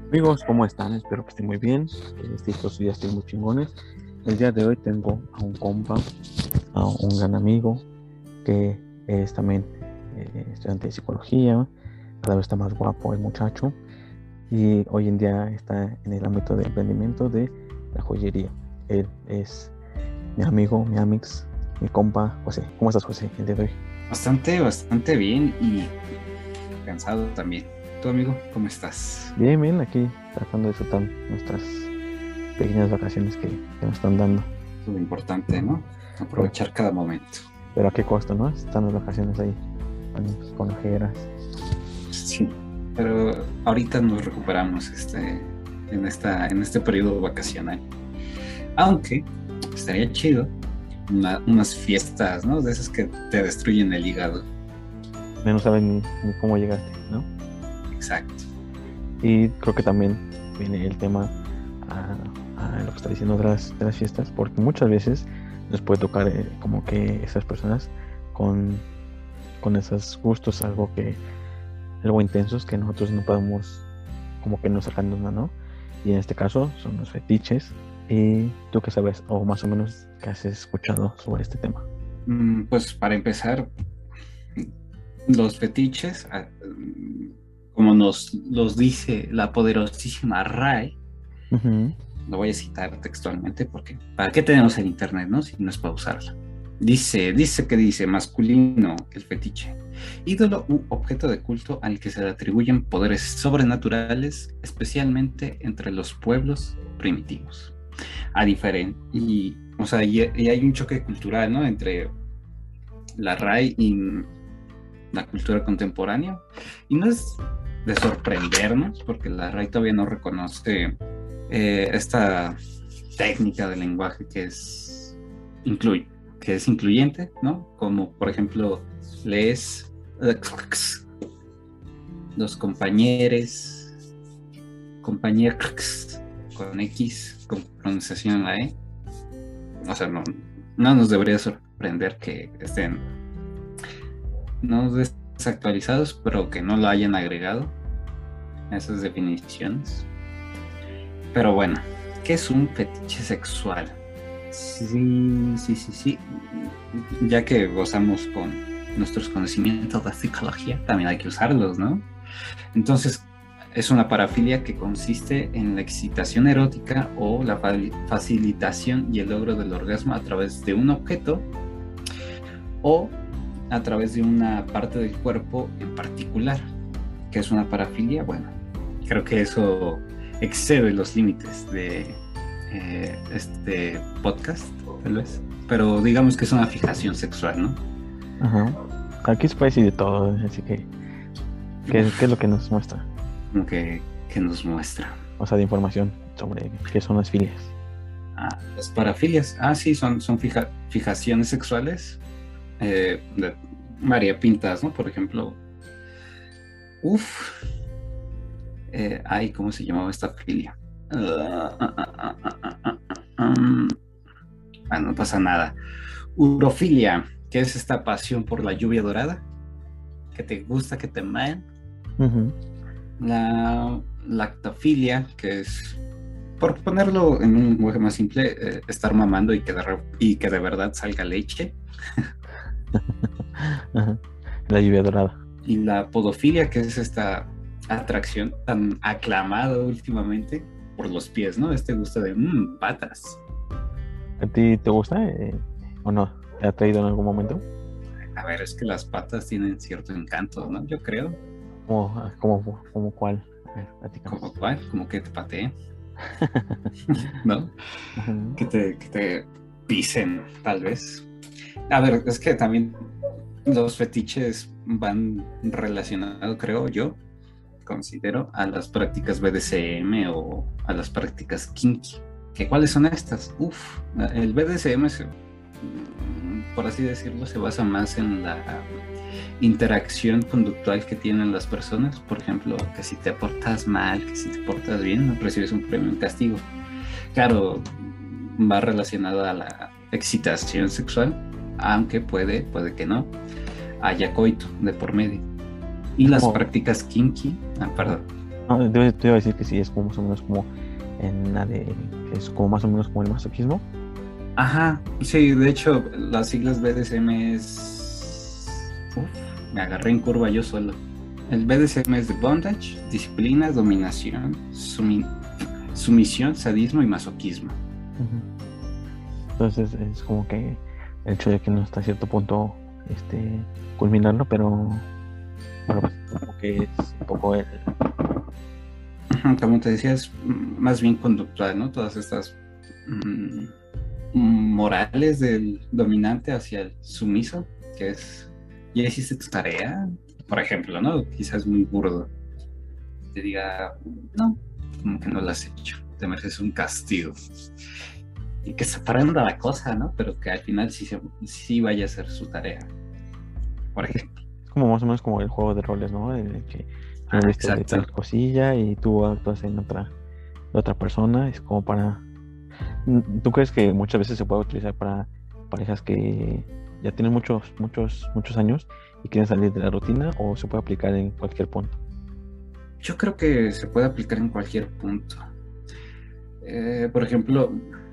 Amigos, ¿cómo están? Espero que estén muy bien, que estos días estén muy chingones. El día de hoy tengo a un compa, a un gran amigo, que es también estudiante de psicología. Cada vez está más guapo el muchacho y hoy en día está en el ámbito de emprendimiento de la joyería. Él es mi amigo, mi amix, mi compa, José. ¿Cómo estás, José, el día de hoy? Bastante bien y cansado también. ¿Tu amigo, cómo estás? Bien, bien, aquí tratando de disfrutar nuestras pequeñas vacaciones que nos están dando. Es lo importante, ¿no? Pero Aprovechar cada momento. Pero a qué costo, ¿no? Están las vacaciones ahí, con ojeras. Sí. Pero ahorita nos recuperamos en este periodo vacacional. Aunque estaría chido unas fiestas, ¿no? De esas que te destruyen el hígado. Ya no saben ni cómo llegaste, ¿no? Exacto. Y creo que también viene el tema a lo que está diciendo de las fiestas, porque muchas veces nos puede tocar como que esas personas con, con esos gustos algo intensos que nosotros no podemos como que no sacan de onda, ¿no? Y en este caso son los fetiches. ¿Y tú qué sabes, o más o menos qué has escuchado sobre este tema? Pues para empezar, los fetiches, como nos los dice la poderosísima RAE. Ujú. Lo voy a citar textualmente porque ¿para qué tenemos el internet, no? Si no es para usarla. Dice masculino, el fetiche. Ídolo u objeto de culto al que se le atribuyen poderes sobrenaturales, especialmente entre los pueblos primitivos. A diferente, y hay un choque cultural, ¿no? Entre la RAI y la cultura contemporánea. Y no es de sorprendernos, porque la RAI todavía no reconoce esta técnica de lenguaje que es incluyente, ¿no? Como por ejemplo, lees los compañeros con X, con pronunciación en la E. O sea, no nos debería sorprender que estén no desactualizados, pero que no lo hayan agregado a esas definiciones. Pero bueno, ¿qué es un fetiche sexual? Sí. Ya que gozamos con nuestros conocimientos de psicología, también hay que usarlos, ¿no? Entonces, es una parafilia que consiste en la excitación erótica o la facilitación y el logro del orgasmo a través de un objeto o a través de una parte del cuerpo en particular. ¿Qué es una parafilia? Bueno, creo que eso excede los límites de este podcast, tal vez. Pero digamos que es una fijación sexual, ¿no? Ajá. Aquí se puede decir de todo, así que, ¿qué es lo que nos muestra? Como que nos muestra. O sea, de información sobre qué son las filias. Las parafilias. Sí, son fijaciones sexuales de variopintas, ¿no? Por ejemplo, ¿cómo se llamaba esta filia? No pasa nada. Urofilia, que es esta pasión por la lluvia dorada, que te gusta que te maen. Uh-huh. La lactofilia, que es, por ponerlo en un lenguaje más simple, estar mamando y que de verdad salga leche. Ajá. La lluvia dorada. Y la podofilia, que es esta atracción tan aclamada últimamente por los pies, ¿no? Este gusto de patas. ¿A ti te gusta o no? ¿Te ha traído en algún momento? A ver, es que las patas tienen cierto encanto, ¿no? Yo creo. ¿Cómo cuál? A ver, platícanos. ¿Como cuál? Como que te pateen, ¿no? Uh-huh. Que te pisen, tal vez. A ver, es que también los fetiches van relacionados, creo yo, considero, a las prácticas BDSM o a las prácticas kinky. ¿Cuáles son estas? El BDSM, por así decirlo, se basa más en la interacción conductual que tienen las personas. Por ejemplo, que si te portas mal, que si te portas bien, no recibes un premio, un castigo. Claro, va relacionado a la excitación sexual, aunque puede que no haya coito de por medio. Y las prácticas kinky, perdón. No, te iba a decir que sí, es como más o menos como en la de, que es como más o menos como el masoquismo. Ajá, sí, de hecho, las siglas BDSM es... Uf, me agarré en curva yo solo. El BDSM es de bondage, disciplina, dominación, sumisión, sadismo y masoquismo. Ujú. Entonces es como que el hecho de que no hasta cierto punto culminarlo, pero bueno, pues como que es un poco el... Ujú, como te decía, es más bien conductual, ¿no? Todas estas mm, morales del dominante hacia el sumiso, que es, ¿ya hiciste tu tarea? Por ejemplo, ¿no? Quizás muy burdo. Te diga, no, como que no lo has hecho, te mereces un castigo. Y que se aprenda la cosa, ¿no? Pero que al final sí vaya a hacer su tarea, por ejemplo. Es como más o menos como el juego de roles, ¿no? En el que tú me Ah, viste de exacto. tal cosilla y tú actúas en otra persona. Es como para... ¿Tú crees que muchas veces se puede utilizar para parejas que ya tienen muchos años y quieren salir de la rutina o se puede aplicar en cualquier punto? Yo creo que se puede aplicar en cualquier punto. Por ejemplo,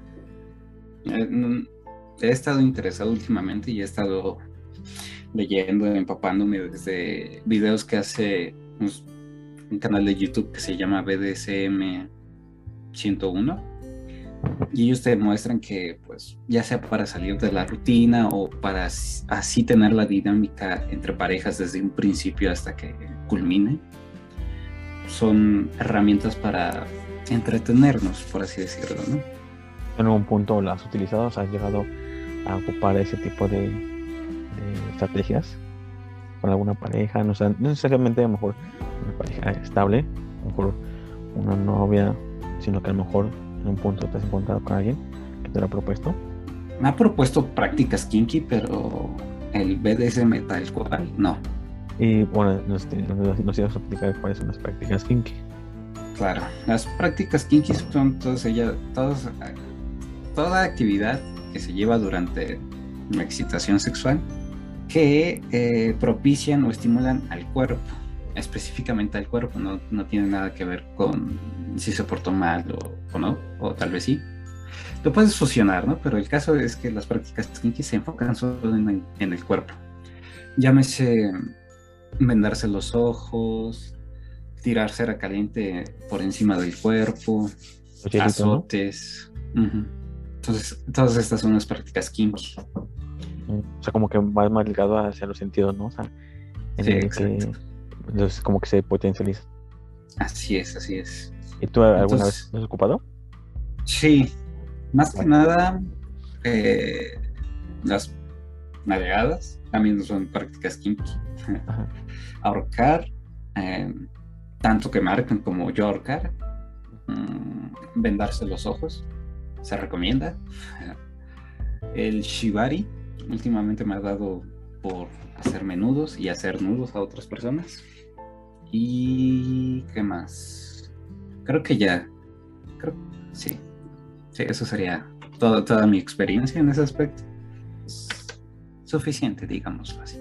eh, he estado interesado últimamente y he estado leyendo, empapándome desde videos que hace un canal de YouTube que se llama BDSM 101 y ellos te muestran que pues ya sea para salir de la rutina o para así tener la dinámica entre parejas desde un principio hasta que culmine, son herramientas para entretenernos, por así decirlo, ¿no? ¿En algún punto las has utilizado? O sea, ¿has llegado a ocupar ese tipo de estrategias con alguna pareja? No, sé, no necesariamente a lo mejor una pareja estable, a lo mejor una novia, sino que a lo mejor en un punto te has encontrado con alguien que te lo ha propuesto. Me ha propuesto prácticas kinky, pero el BDSM tal cual, no. Y bueno, nos ibas a explicar cuáles son las prácticas kinky. Claro, las prácticas kinky son toda actividad que se lleva durante la excitación sexual que propician o estimulan al cuerpo, específicamente al cuerpo, no tiene nada que ver con si se portó mal o no, o tal vez sí. Lo puedes fusionar, ¿no? Pero el caso es que las prácticas kinky se enfocan solo en el cuerpo. Llámese vendarse los ojos, tirar cera caliente por encima del cuerpo, Los hielitos, ¿no? azotes. Ujú. Entonces, todas estas son las prácticas kinky. O sea, como que va más ligado hacia los sentidos, ¿no? O sea, en Sí, el exacto. que entonces como que se potencializa. Así es, así es. ¿Y tú alguna vez Entonces, lo has ocupado? sí, más que Bueno, nada, eh, las navegadas también son prácticas kinky. ajá. Ahorcar, eh, tanto que marcan como yo ahorcar, vendarse los ojos, se recomienda. El shibari, últimamente me ha dado por hacerme nudos y hacer nudos a otras personas. ¿Y qué más? Creo que ya, creo, sí, sí, eso sería toda mi experiencia en ese aspecto. Es suficiente, digámoslo así.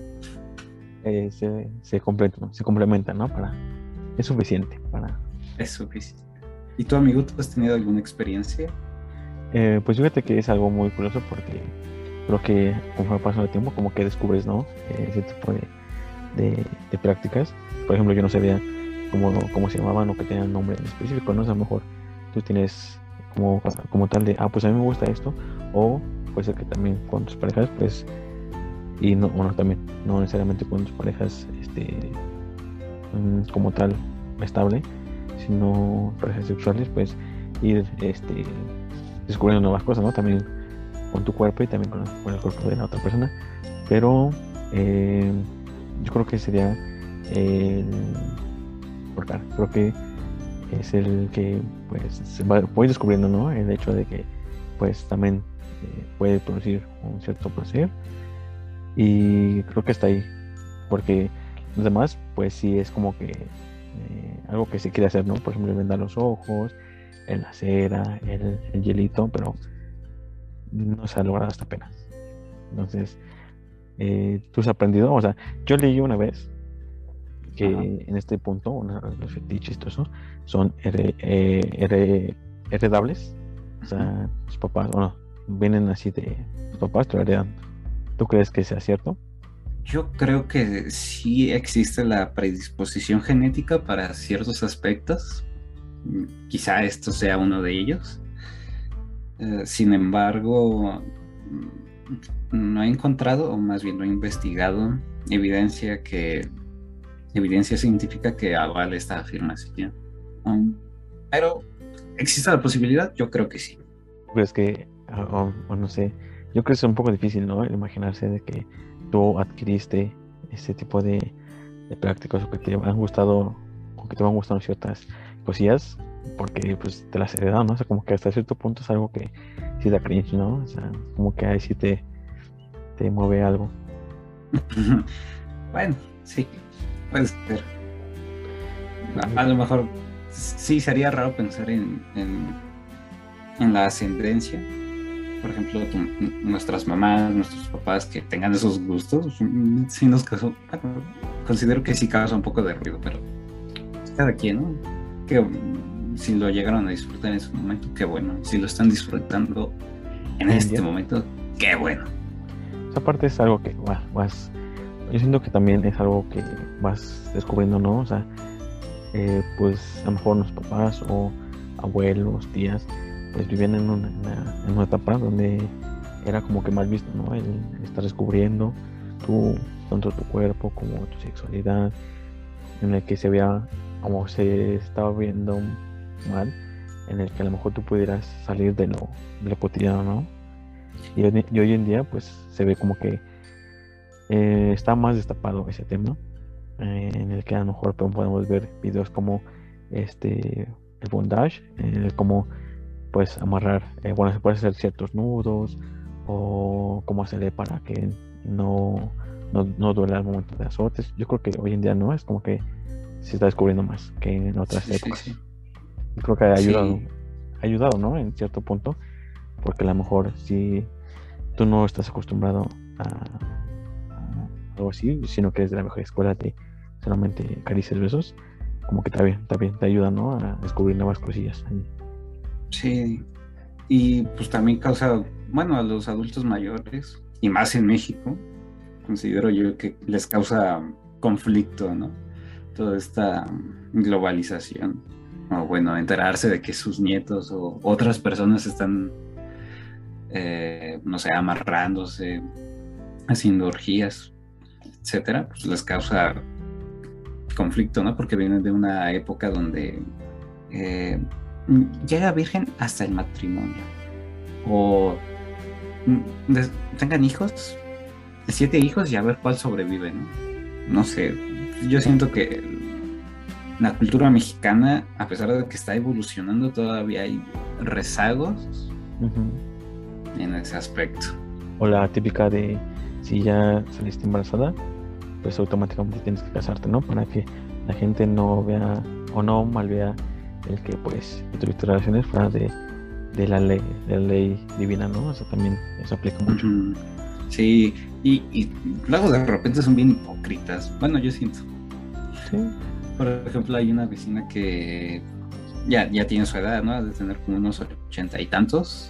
Se complementa, ¿no? Es suficiente para... Es suficiente. ¿Y tú, amigo, tú has tenido alguna experiencia? Pues fíjate que es algo muy curioso porque creo que conforme pasa el tiempo como que descubres, ¿no? Ese tipo de prácticas. Por ejemplo, yo no sabía cómo se llamaban o que tenían nombre en específico, ¿no? O sea, a lo mejor tú tienes como tal de, pues a mí me gusta esto, o puede ser que también con tus parejas, pues, y no, bueno, también, no necesariamente con tus parejas, como tal, estable, sino parejas sexuales, pues, ir, descubriendo nuevas cosas, ¿no? También con tu cuerpo y también con el cuerpo de la otra persona, pero yo creo que sería el porcar. Creo que es el que pues voy descubriendo, ¿no? El hecho de que pues también puede producir un cierto placer y creo que está ahí, porque los demás pues sí es como que algo que se quiere hacer, ¿no? Por ejemplo, el vendar los ojos, la cera, el hielito, pero no se ha logrado hasta apenas. Entonces, ¿tú has aprendido? O sea, yo leí una vez que Ajá. en este punto, los fetiches y todo eso, son heredables. O sea, los papás, bueno, vienen así de los papás, te lo heredan. ¿Tú crees que sea cierto? Yo creo que sí existe la predisposición genética para ciertos aspectos. Quizá esto sea uno de ellos. Sin embargo, no he encontrado, o más bien no he investigado, evidencia científica que avale esta afirmación. Um, pero, ¿existe la posibilidad? Yo creo que sí. ¿Tú crees que, o no sé, yo creo que es un poco difícil, ¿no? El imaginarse de que tú adquiriste este tipo de prácticas o que te han gustado, o que te van gustando ciertas cosillas, porque pues te las heredan, ¿no? O sea, como que hasta cierto punto es algo que sí da cringe, ¿no? O sea, como que ahí sí te mueve algo. Bueno, sí, puede ser. A lo mejor sí sería raro pensar en la ascendencia. Por ejemplo, nuestras mamás, nuestros papás que tengan esos gustos, sí nos causó, bueno, considero que sí causa un poco de ruido, pero cada quien, ¿no? Que si lo llegaron a disfrutar en su momento, qué bueno. Si lo están disfrutando en Hoy en este día, momento, qué bueno. esa parte es algo que vas, yo siento que también es algo que vas descubriendo, ¿no? O sea, pues a lo mejor los papás o abuelos, tías, pues vivían en una etapa donde era como que mal visto, ¿no? El estar descubriendo tu, tanto tu cuerpo como tu sexualidad, en el que se veía como se estaba viendo mal, en el que a lo mejor tú pudieras salir de lo cotidiano, ¿no? Y hoy en día, pues se ve como que está más destapado ese tema, en el que a lo mejor podemos ver videos como el bondage, en el cómo pues amarrar, bueno, se puede hacer ciertos nudos o cómo hacerle para que no duela al momento de azotes. Yo creo que hoy en día no, es como que se está descubriendo más que en otras Sí, sí, épocas. sí. Yo creo que Sí, ha ayudado, ¿no? En cierto punto, porque a lo mejor si tú no estás acostumbrado a algo así, sino que es de la mejor escuela de solamente caricias, besos, como que también te ayuda, ¿no? A descubrir nuevas cosillas ahí. sí. Y pues también causa, bueno, a los adultos mayores, y más en México, considero yo que les causa conflicto, ¿no? Toda esta globalización. O bueno, enterarse de que sus nietos o otras personas están, no sé, amarrándose, haciendo orgías, etcétera, pues les causa conflicto, ¿no? Porque vienen de una época donde eh, llega virgen hasta el matrimonio. O tengan hijos, 7 hijos y a ver cuál sobrevive, ¿no? No sé, yo siento que la cultura mexicana, a pesar de que está evolucionando, todavía hay rezagos Ujú. en ese aspecto. O la típica de si ya saliste embarazada, pues automáticamente tienes que casarte, ¿no? Para que la gente no vea o no mal vea el que pues que tuviste relaciones fuera de la ley divina, ¿no? O sea, también eso aplica mucho. Ujú. Sí, y luego de repente son bien hipócritas. Bueno, yo siento. Sí, Por ejemplo, hay una vecina que ya tiene su edad, ¿no? De tener como unos 80 y tantos.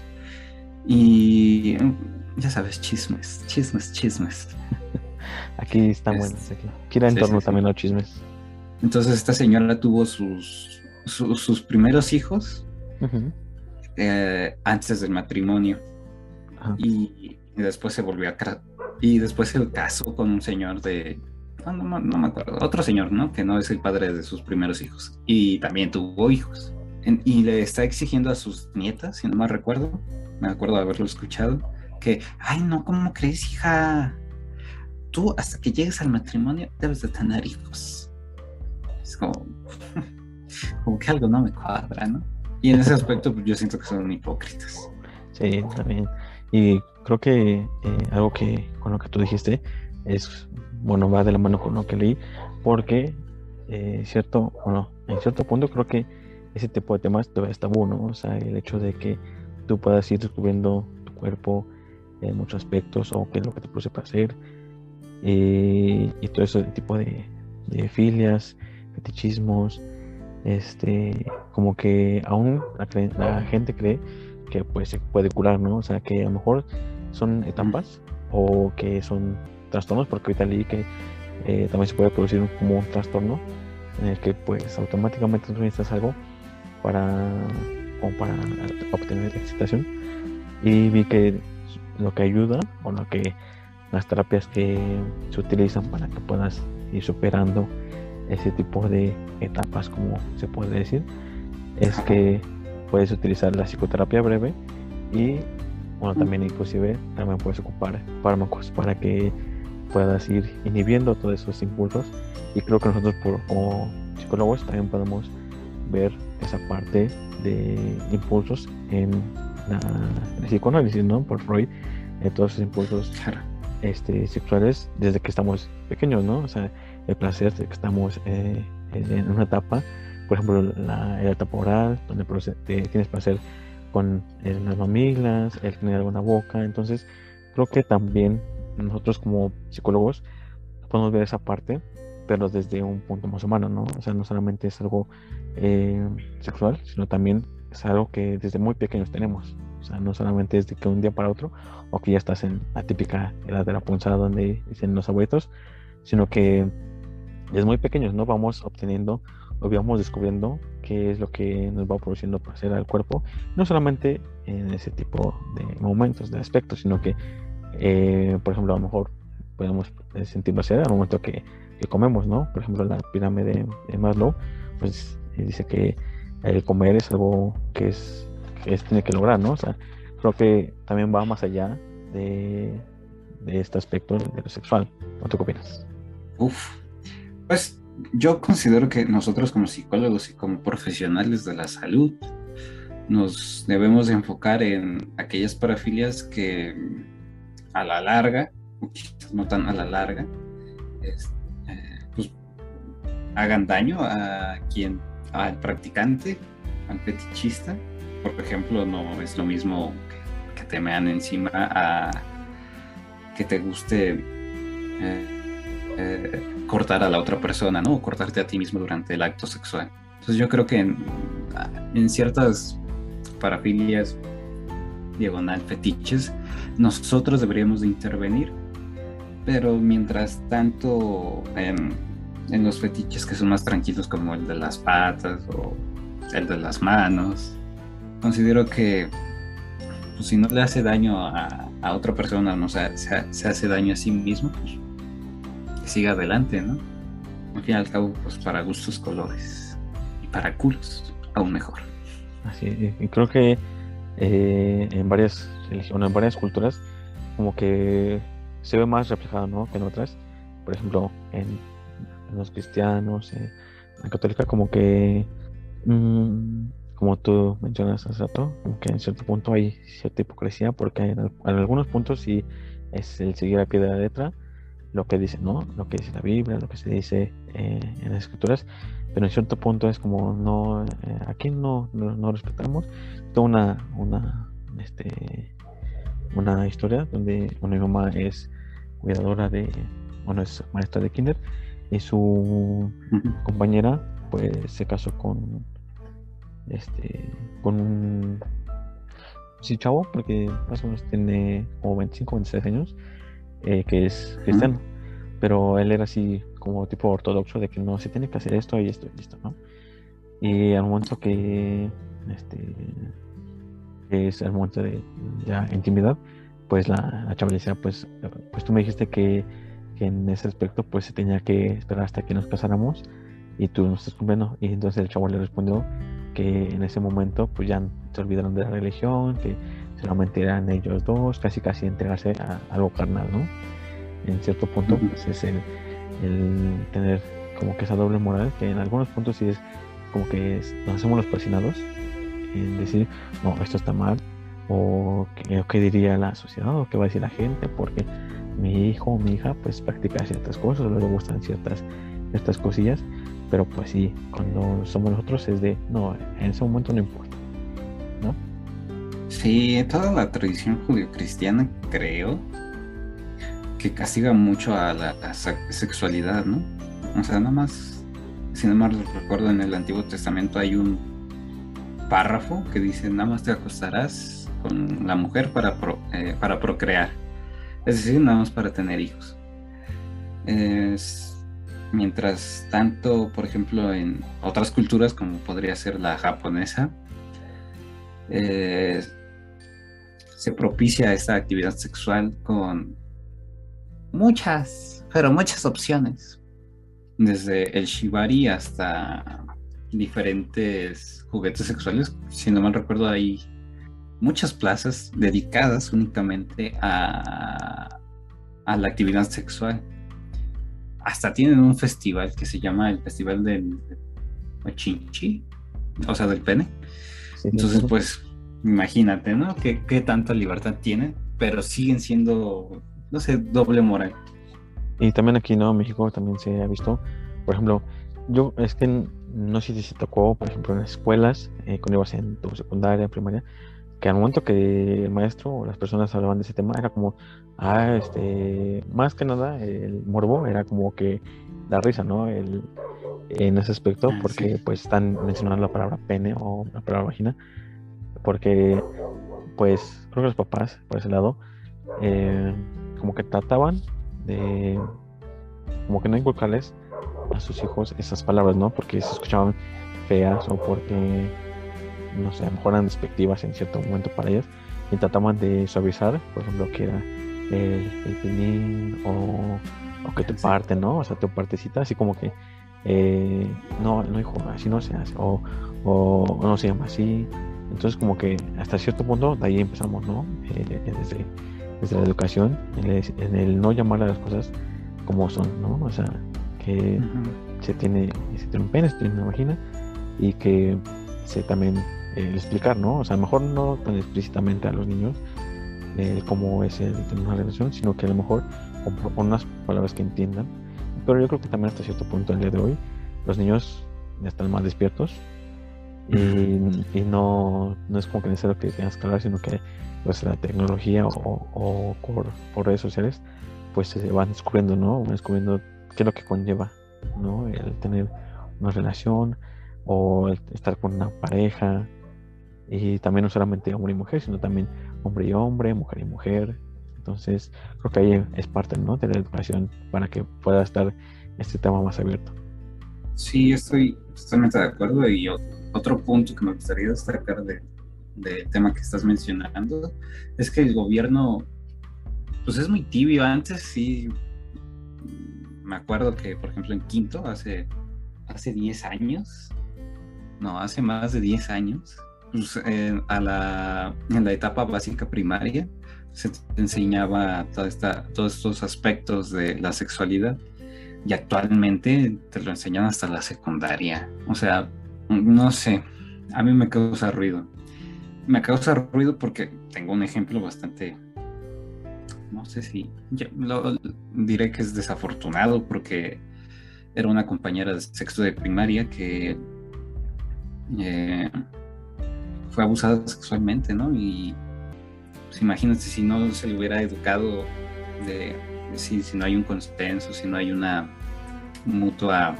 Y ya sabes, chismes, chismes, chismes. aquí están buenas. Es- Gira en sí, sí, torno sí. también a los chismes. Entonces esta señora tuvo sus primeros hijos Ujú. antes del matrimonio Ajá. y después se volvió y después se casó con un señor no me acuerdo, otro señor, ¿no? Que no es el padre de sus primeros hijos y también tuvo hijos. Y le está exigiendo a sus nietas, si no me recuerdo, me acuerdo de haberlo escuchado, que, ay, no, ¿cómo crees, hija? Tú hasta que llegues al matrimonio debes de tener hijos. Es como que algo no me cuadra, ¿no? Y en ese aspecto pues, yo siento que son hipócritas. Sí, también. Y creo que algo que con lo que tú dijiste es, bueno, va de la mano con lo que leí, porque bueno, en cierto punto creo que ese tipo de temas todavía es tabú, ¿no? O sea, el hecho de que tú puedas ir descubriendo tu cuerpo en muchos aspectos o qué es lo que te produce placer y todo ese tipo de de filias, fetichismos, como que aún la gente cree que pues se puede curar, ¿no? O sea, que a lo mejor son etapas o que son trastornos, porque ahorita leí que también se puede producir como un trastorno en el que pues automáticamente tú necesitas algo para, como para obtener excitación, y vi que lo que ayuda o lo que las terapias que se utilizan para que puedas ir superando ese tipo de etapas, como se puede decir, es que puedes utilizar la psicoterapia breve y bueno, también inclusive también puedes ocupar fármacos para que puedas ir inhibiendo todos esos impulsos. Y creo que nosotros como psicólogos también podemos ver esa parte de impulsos en el psicoanálisis, ¿no? Por Freud, todos esos impulsos sexuales desde que estamos pequeños, ¿no? O sea, el placer de que estamos en una etapa, por ejemplo, la etapa oral, donde tienes placer con las mamilas, el tener alguna boca. Entonces, creo que también nosotros como psicólogos podemos ver esa parte, pero desde un punto más humano, ¿no? O sea, no solamente es algo sexual, sino también es algo que desde muy pequeños tenemos. O sea, no solamente es de que un día para otro, o que ya estás en la típica edad de la punzada donde dicen los abuelitos, sino que desde muy pequeños, ¿no? Vamos obteniendo o vamos descubriendo qué es lo que nos va produciendo placer al cuerpo, no solamente en ese tipo de momentos, de aspectos, sino que, por ejemplo, a lo mejor podemos sentir placer al momento que comemos, ¿no? Por ejemplo, la pirámide de Maslow, pues dice que el comer es algo que tiene que lograr, ¿no? O sea, creo que también va más allá de este aspecto de lo sexual. ¿No te opinas? Pues yo considero que nosotros como psicólogos y como profesionales de la salud nos debemos de enfocar en aquellas parafilias que a la larga, o quizás no tan a la larga, pues hagan daño al practicante, al fetichista. Por ejemplo, no es lo mismo que te mean encima a que te guste cortar a la otra persona, ¿no? O cortarte a ti mismo durante el acto sexual. Entonces yo creo que en ciertas parafilias diagonal fetiches nosotros deberíamos de intervenir, pero mientras tanto en los fetiches que son más tranquilos, como el de las patas o el de las manos, considero que pues, si no le hace daño a otra persona, no se hace daño a sí mismo, pues que siga adelante, ¿no? Al fin y al cabo, pues para gustos colores, y para culos aún mejor. Así, y creo que en varias religiones, en varias culturas, como que se ve más reflejado, ¿no? Que en otras. Por ejemplo, en los cristianos, en la católica, como que como tú mencionas hace rato, como que en cierto punto hay cierta hipocresía, porque en algunos puntos sí es el seguir a pie de la letra lo que dice, ¿no? Lo que dice la Biblia, lo que se dice en las escrituras, pero en cierto punto es como no, aquí no respetamos. Toda una historia donde mi mamá es cuidadora es maestra de kinder, y su compañera pues se casó con un chavo, porque más o menos tiene como 25 26 años, que es cristiano, pero él era así como tipo ortodoxo de que no se tiene que hacer esto y esto y esto, ¿no? Y al momento que es el momento de ya intimidad, pues la chava le decía, pues tú me dijiste que en ese aspecto pues se tenía que esperar hasta que nos casáramos y tú no estás cumpliendo. Y entonces el chavo le respondió que en ese momento pues ya se olvidaron de la religión, que solamente eran ellos dos, casi entregarse a algo carnal, ¿no? En cierto punto pues es el tener como que esa doble moral, que en algunos puntos sí es como que nos hacemos los persinados en decir, no, esto está mal, o qué diría la sociedad, o qué va a decir la gente, porque mi hijo o mi hija pues practica ciertas cosas, o le gustan ciertas cosillas, pero pues sí, cuando somos nosotros es de, no, en ese momento no importa, ¿no? Sí, toda la tradición judio-cristiana creo que castiga mucho a la sexualidad, ¿no? O sea, nada más, si no mal recuerdo, en el Antiguo Testamento hay un párrafo que dice, nada más te acostarás con la mujer para procrear. Es decir, nada más para tener hijos. Mientras tanto, por ejemplo, en otras culturas, como podría ser la japonesa, eh, se propicia esta actividad sexual con muchas, pero muchas opciones. Desde el shibari hasta diferentes juguetes sexuales. Si no mal recuerdo, hay muchas plazas dedicadas únicamente a la actividad sexual. Hasta tienen un festival que se llama el Festival del Ochinchi, o sea, del pene. Sí, Entonces, pues, imagínate, ¿no? ¿Qué tanta libertad tienen? Pero siguen siendo, no sé, doble moral. y también aquí, ¿no? En México también se ha visto, por ejemplo, yo es que no sé si se tocó, por ejemplo, en las escuelas, cuando ibas en tu secundaria, primaria, que al momento que el maestro o las personas hablaban de ese tema, era como, más que nada, el morbo era como que la risa, ¿no? En ese aspecto, Sí. porque pues están mencionando la palabra pene o la palabra vagina, porque pues creo que los papás, por ese lado, eh, como que trataban de, como que no inculcarles a sus hijos esas palabras, ¿no? Porque se escuchaban feas o porque, no sé, a lo mejor eran despectivas en cierto momento para ellas y trataban de suavizar, por ejemplo, que era el penín o que te Sí. parte, ¿no? O sea, tu partecita, así como que, no, no, hijo, así no se hace, o no se llama así. Entonces, como que hasta cierto punto, de ahí empezamos, ¿no? Desde la educación, en el no llamar a las cosas como son, ¿no? O sea, que se tiene un pene, se tiene una vagina y que se también el explicar, ¿no? O sea, a lo mejor no tan explícitamente a los niños cómo es el tener una relación, sino que a lo mejor con unas palabras que entiendan. Pero yo creo que también hasta cierto punto el día de hoy los niños ya están más despiertos y no es como que necesario que tengas que hablar, sino que pues la tecnología o por redes sociales pues se van descubriendo, ¿no? Van descubriendo qué es lo que conlleva, ¿no? El tener una relación o el estar con una pareja y también no solamente hombre y mujer, sino también hombre y hombre, mujer y mujer. Entonces creo que ahí es parte, ¿no? De la educación para que pueda estar este tema más abierto. Sí, estoy totalmente de acuerdo. Y otro punto que me gustaría destacar del tema que estás mencionando es que el gobierno, pues es muy tibio. Antes sí, me acuerdo que, por ejemplo, en quinto, hace 10 años, no, hace más de 10 años, pues, en la etapa básica primaria, se te enseñaba todos estos aspectos de la sexualidad. Y actualmente te lo enseñan hasta la secundaria. O sea, no sé, a mí me causa ruido. Me causa ruido porque tengo un ejemplo bastante, no sé si lo diré que es desafortunado, porque era una compañera de sexto de primaria que eh, fue abusada sexualmente, ¿no? Y pues, imagínate si no se le hubiera educado si no hay un consenso, si no hay una mutua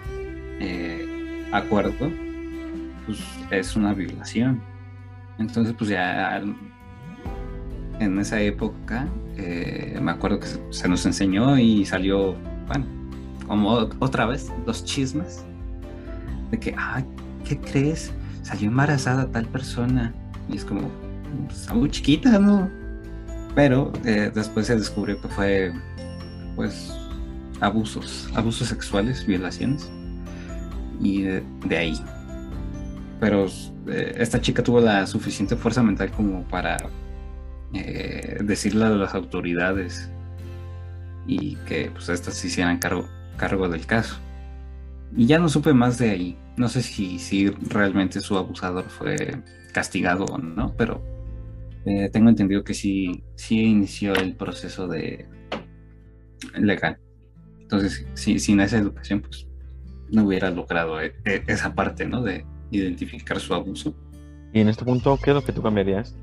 acuerdo, pues es una violación. Entonces, pues ya en esa época me acuerdo que se nos enseñó y salió, bueno, como otra vez, los chismes de que, ¿qué crees? Salió embarazada tal persona. Y es como, pues, está muy chiquita, ¿no? Pero después se descubrió que fue, pues, abusos sexuales, violaciones. Y de ahí. Pero esta chica tuvo la suficiente fuerza mental como para decirle a las autoridades y que pues estas se hicieran cargo del caso. Y ya no supe más de ahí. No sé si realmente su abusador fue castigado o no, pero tengo entendido que sí inició el proceso de legal. Entonces, sin esa educación, pues no hubiera logrado esa parte, ¿no? De identificar su abuso. Y en este punto, ¿qué es lo que tú cambiarías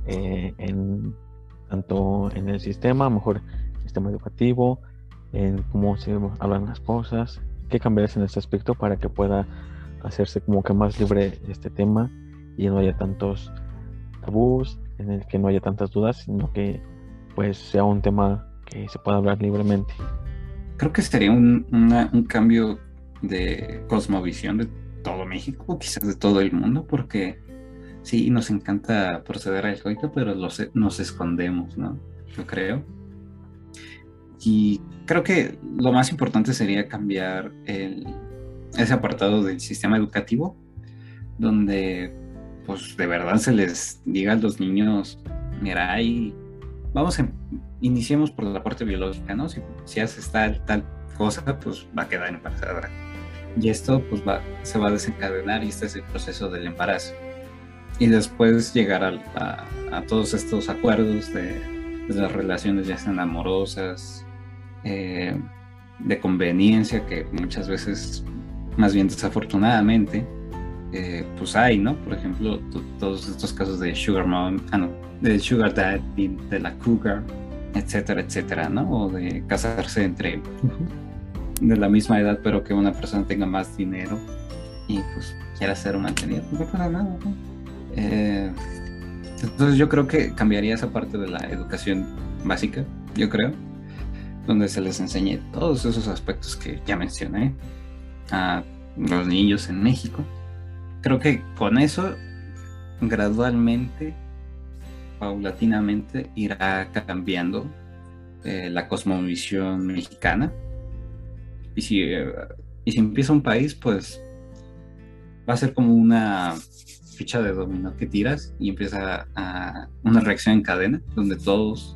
tanto en el sistema, a lo mejor sistema educativo, en cómo se hablan las cosas? qué cambiarías en este aspecto para que pueda hacerse como que más libre este tema y no haya tantos tabús, en el que no haya tantas dudas, sino que pues sea un tema que se pueda hablar libremente? Creo que sería un cambio de cosmovisión de todo México, quizás de todo el mundo, porque sí, nos encanta proceder al coito, pero nos escondemos, ¿no? Yo creo. Y creo que lo más importante sería cambiar ese apartado del sistema educativo, donde pues de verdad se les diga a los niños, mira, ahí vamos a iniciemos por la parte biológica, ¿no? Si haces tal cosa, pues va a quedar embarazada. Y esto pues se va a desencadenar y este es el proceso del embarazo. Y después llegar a todos estos acuerdos de las relaciones ya sean amorosas, de conveniencia, que muchas veces, más bien desafortunadamente, pues hay, ¿no? Por ejemplo, todos estos casos de Sugar Mom, de Sugar Daddy, de la Cougar, etcétera, etcétera, ¿no? O de casarse entre de la misma edad, pero que una persona tenga más dinero y pues quiera ser un mantenido, pues no pasa nada, ¿no? Entonces yo creo que cambiaría esa parte de la educación básica, yo creo, donde se les enseñe todos esos aspectos que ya mencioné a los niños en México. Creo que con eso gradualmente, paulatinamente irá cambiando la cosmovisión mexicana. Y si empieza un país, pues va a ser como una ficha de dominó que tiras y empieza una reacción en cadena donde todos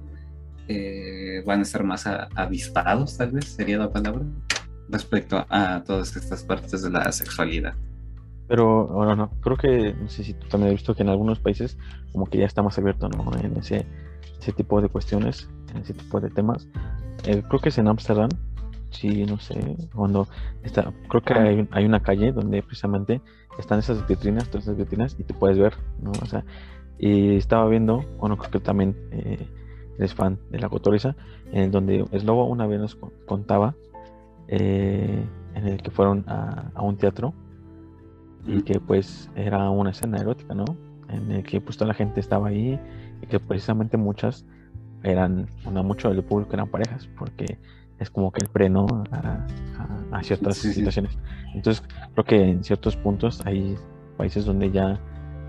van a estar más avispados, tal vez sería la palabra, respecto a todas estas partes de la sexualidad. Pero bueno, no, creo que, no sé si tú también has visto que en algunos países como que ya está más abierto, ¿no? En ese tipo de cuestiones, en ese tipo de temas. Creo que es en Ámsterdam, sí, no sé, cuando está, creo que hay una calle donde precisamente están esas vitrinas, todas esas vitrinas, y te puedes ver, ¿no? O sea, y estaba viendo, bueno, creo que también eres fan de la Cotorrisa, en donde Slobo una vez nos contaba en el que fueron a un teatro y que pues era una escena erótica, ¿no? En el que pues toda la gente estaba ahí y que precisamente muchas eran, mucho del público eran parejas, porque es como que el freno a ciertas situaciones. Entonces creo que en ciertos puntos hay países donde ya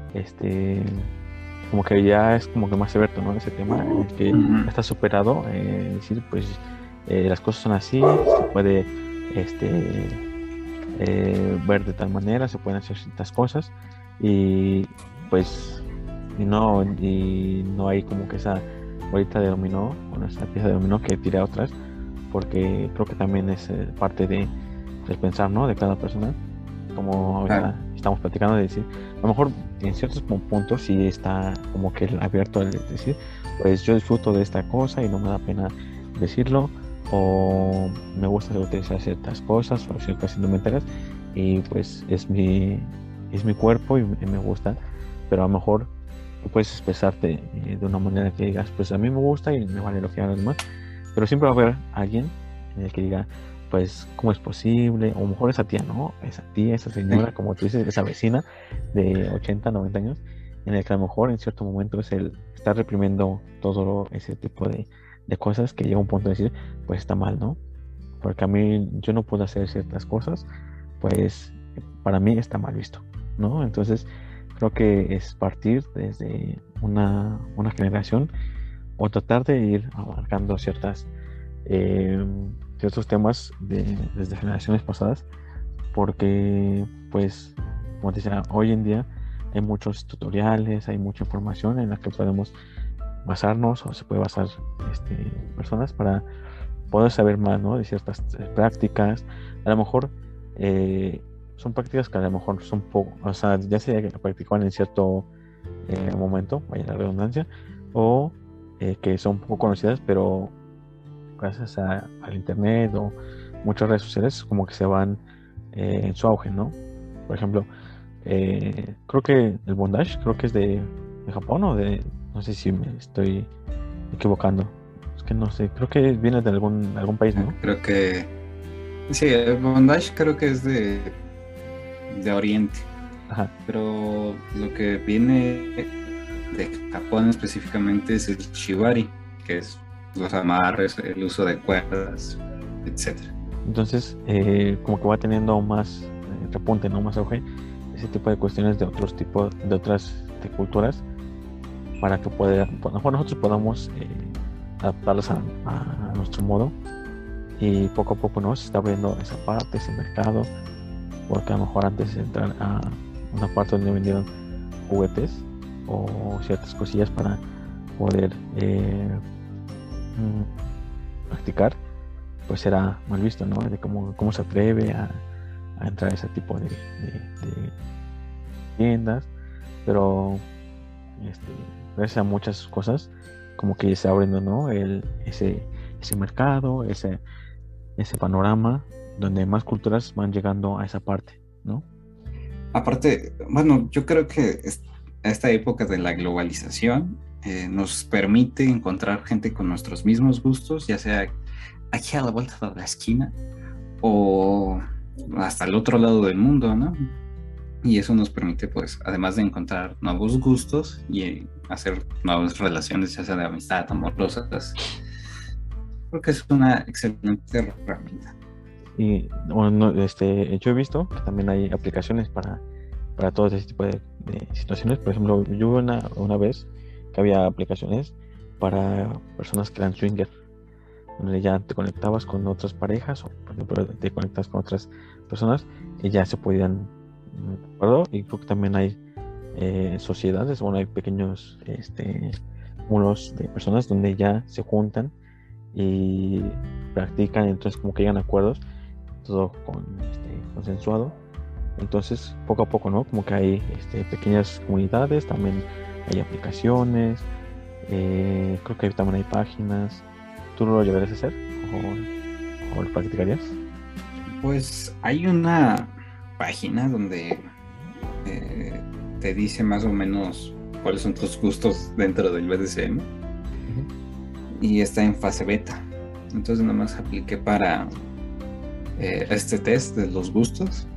como que ya es como que más abierto, ¿no? Ese tema, en el que está superado, decir pues las cosas son así, se puede ver de tal manera, se pueden hacer ciertas cosas y pues y no hay como que esa bolita de dominó, bueno, esa pieza de dominó que tira a otras, porque creo que también es parte del pensar, ¿no? De cada persona, como ahorita estamos platicando, de decir, a lo mejor en ciertos puntos sí está como que abierto al decir, pues yo disfruto de esta cosa y no me da pena decirlo, o me gusta utilizar ciertas cosas o ciertas indumentarias y pues es mi cuerpo y me gusta, pero a lo mejor tú puedes expresarte de una manera que digas, pues a mí me gusta y me vale lo que hagan los demás, pero siempre va a haber alguien en el que diga, pues cómo es posible, o a lo mejor esa tía, ¿no? Esa tía, esa señora, como tú dices, esa vecina de 80, 90 años, en el que a lo mejor en cierto momento es el estar reprimiendo todo ese tipo de cosas, que llega un punto de decir, pues está mal, ¿no? Porque a mí yo no puedo hacer ciertas cosas, pues para mí está mal visto, ¿no? Entonces creo que es partir desde una generación o tratar de ir abarcando ciertos temas desde generaciones pasadas, porque pues como te decía, hoy en día hay muchos tutoriales, hay mucha información en la que podemos basarnos o se puede basar personas para poder saber más, ¿no? De ciertas prácticas. A lo mejor son prácticas que a lo mejor son poco, o sea, ya se practicaban en cierto momento, vaya la redundancia, o que son poco conocidas, pero gracias al internet o muchas redes sociales como que se van en su auge, ¿no? Por ejemplo, creo que el bondage creo que es de Japón o no sé si me estoy equivocando, es que no sé, creo que viene de algún país, ¿no? Creo que Sí, el bondage creo que es de Oriente, Ajá. pero lo que viene de Japón específicamente es el shibari, que es los amarres, el uso de cuerdas, etcétera. Entonces, como que va teniendo aún más repunte, ¿no? Más auge, ese tipo de cuestiones de otros tipos, de otras culturas, para que pueda, a lo mejor nosotros podamos adaptarlas a nuestro modo. Y poco a poco, ¿no? Se está abriendo esa parte, ese mercado, porque a lo mejor antes de entrar a una parte donde vendieron juguetes o ciertas cosillas para poder practicar, pues era mal visto, ¿no? De cómo se atreve a entrar a ese tipo de tiendas, pero gracias a muchas cosas, como que se abriendo, ¿no? Ese mercado, ese panorama, donde más culturas van llegando a esa parte, ¿no? Aparte, bueno, yo creo que esta época de la globalización nos permite encontrar gente con nuestros mismos gustos, ya sea aquí a la vuelta de la esquina o hasta el otro lado del mundo, ¿no? Y eso nos permite, pues, además de encontrar nuevos gustos y hacer nuevas relaciones, ya sea de amistad, amorosas, creo que es una excelente herramienta. Y bueno, yo he visto que también hay aplicaciones para todo ese tipo de situaciones. Por ejemplo, yo vi una vez que había aplicaciones para personas que eran swinger, donde ya te conectabas con otras parejas o por ejemplo te conectas con otras personas y ya se podían, ¿de acuerdo? Y creo que también hay sociedades, bueno, hay pequeños muros de personas donde ya se juntan y practican, entonces como que llegan a acuerdos, todo consensuado. Entonces poco a poco, ¿no? Como que hay pequeñas comunidades, también hay aplicaciones, creo que también hay páginas. ¿Tú lo llegarías a hacer o lo practicarías? Pues hay una página donde te dice más o menos cuáles son tus gustos dentro del BDSM Ujú. y está en fase beta. Entonces nada más apliqué para este test de los gustos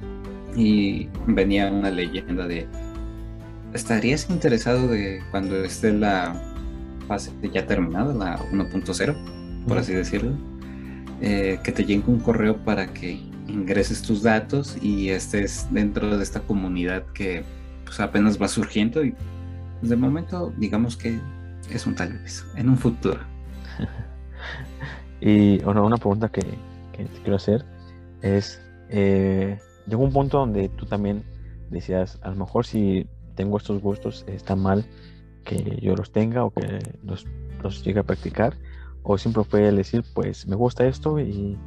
y venía una leyenda de ¿estarías interesado de cuando esté la fase ya terminada, la 1.0, por así decirlo? Que te llegue un correo para que ingreses tus datos y estés dentro de esta comunidad que pues apenas va surgiendo y pues, de momento digamos que es un tal vez en un futuro. Y bueno, una pregunta que te quiero hacer es, llegó un punto donde tú también decías, a lo mejor si tengo estos gustos, está mal que yo los tenga o que los llegue a practicar, o siempre fue el decir, pues me gusta esto y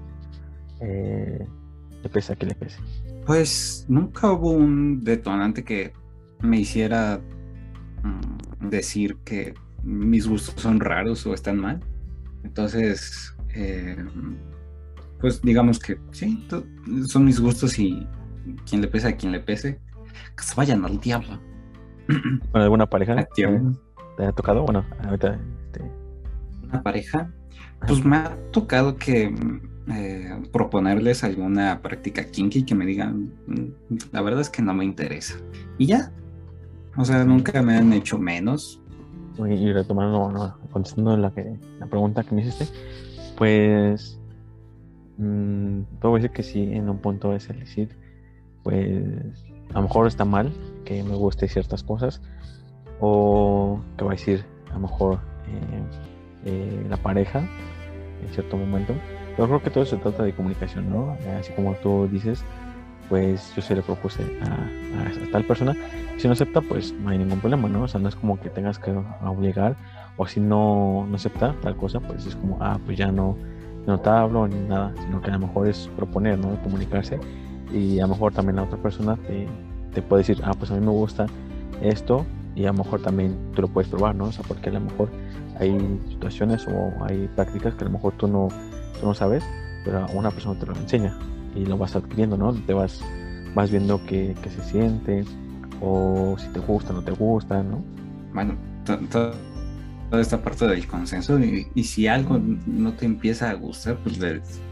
le pese a que le pese. Pues nunca hubo un detonante que me hiciera decir que mis gustos son raros o están mal. Entonces, pues digamos que sí, son mis gustos y quien le pese a quien le pese, que se vayan al diablo. ¿Con alguna pareja Activo. te ha tocado? Bueno, ahorita, Una pareja, pues me ha tocado que proponerles alguna práctica kinky que me digan, la verdad es que no me interesa. Y ya, o sea, nunca me han hecho menos. y retomando, no, contestando la pregunta que me hiciste, pues puedo decir que sí, en un punto es el decir, pues a lo mejor está mal que me guste ciertas cosas, o que va a decir a lo mejor la pareja en cierto momento, pero creo que todo se trata de comunicación, ¿no? Así como tú dices, pues yo se le propuse a tal persona, y si no acepta, pues no hay ningún problema, ¿no? O sea, no es como que tengas que obligar, o si no acepta tal cosa, pues es como, pues ya no te hablo ni nada, sino que a lo mejor es proponer, ¿no? Comunicarse, y a lo mejor también la otra persona te puede decir, pues a mí me gusta esto, y a lo mejor también tú lo puedes probar, ¿no? O sea, porque a lo mejor hay situaciones o hay prácticas que a lo mejor tú no sabes, pero una persona te lo enseña y lo vas adquiriendo, ¿no? Vas viendo qué se siente, o si te gusta o no te gusta, ¿no? Bueno, toda esta parte del consenso y si algo no te empieza a gustar, pues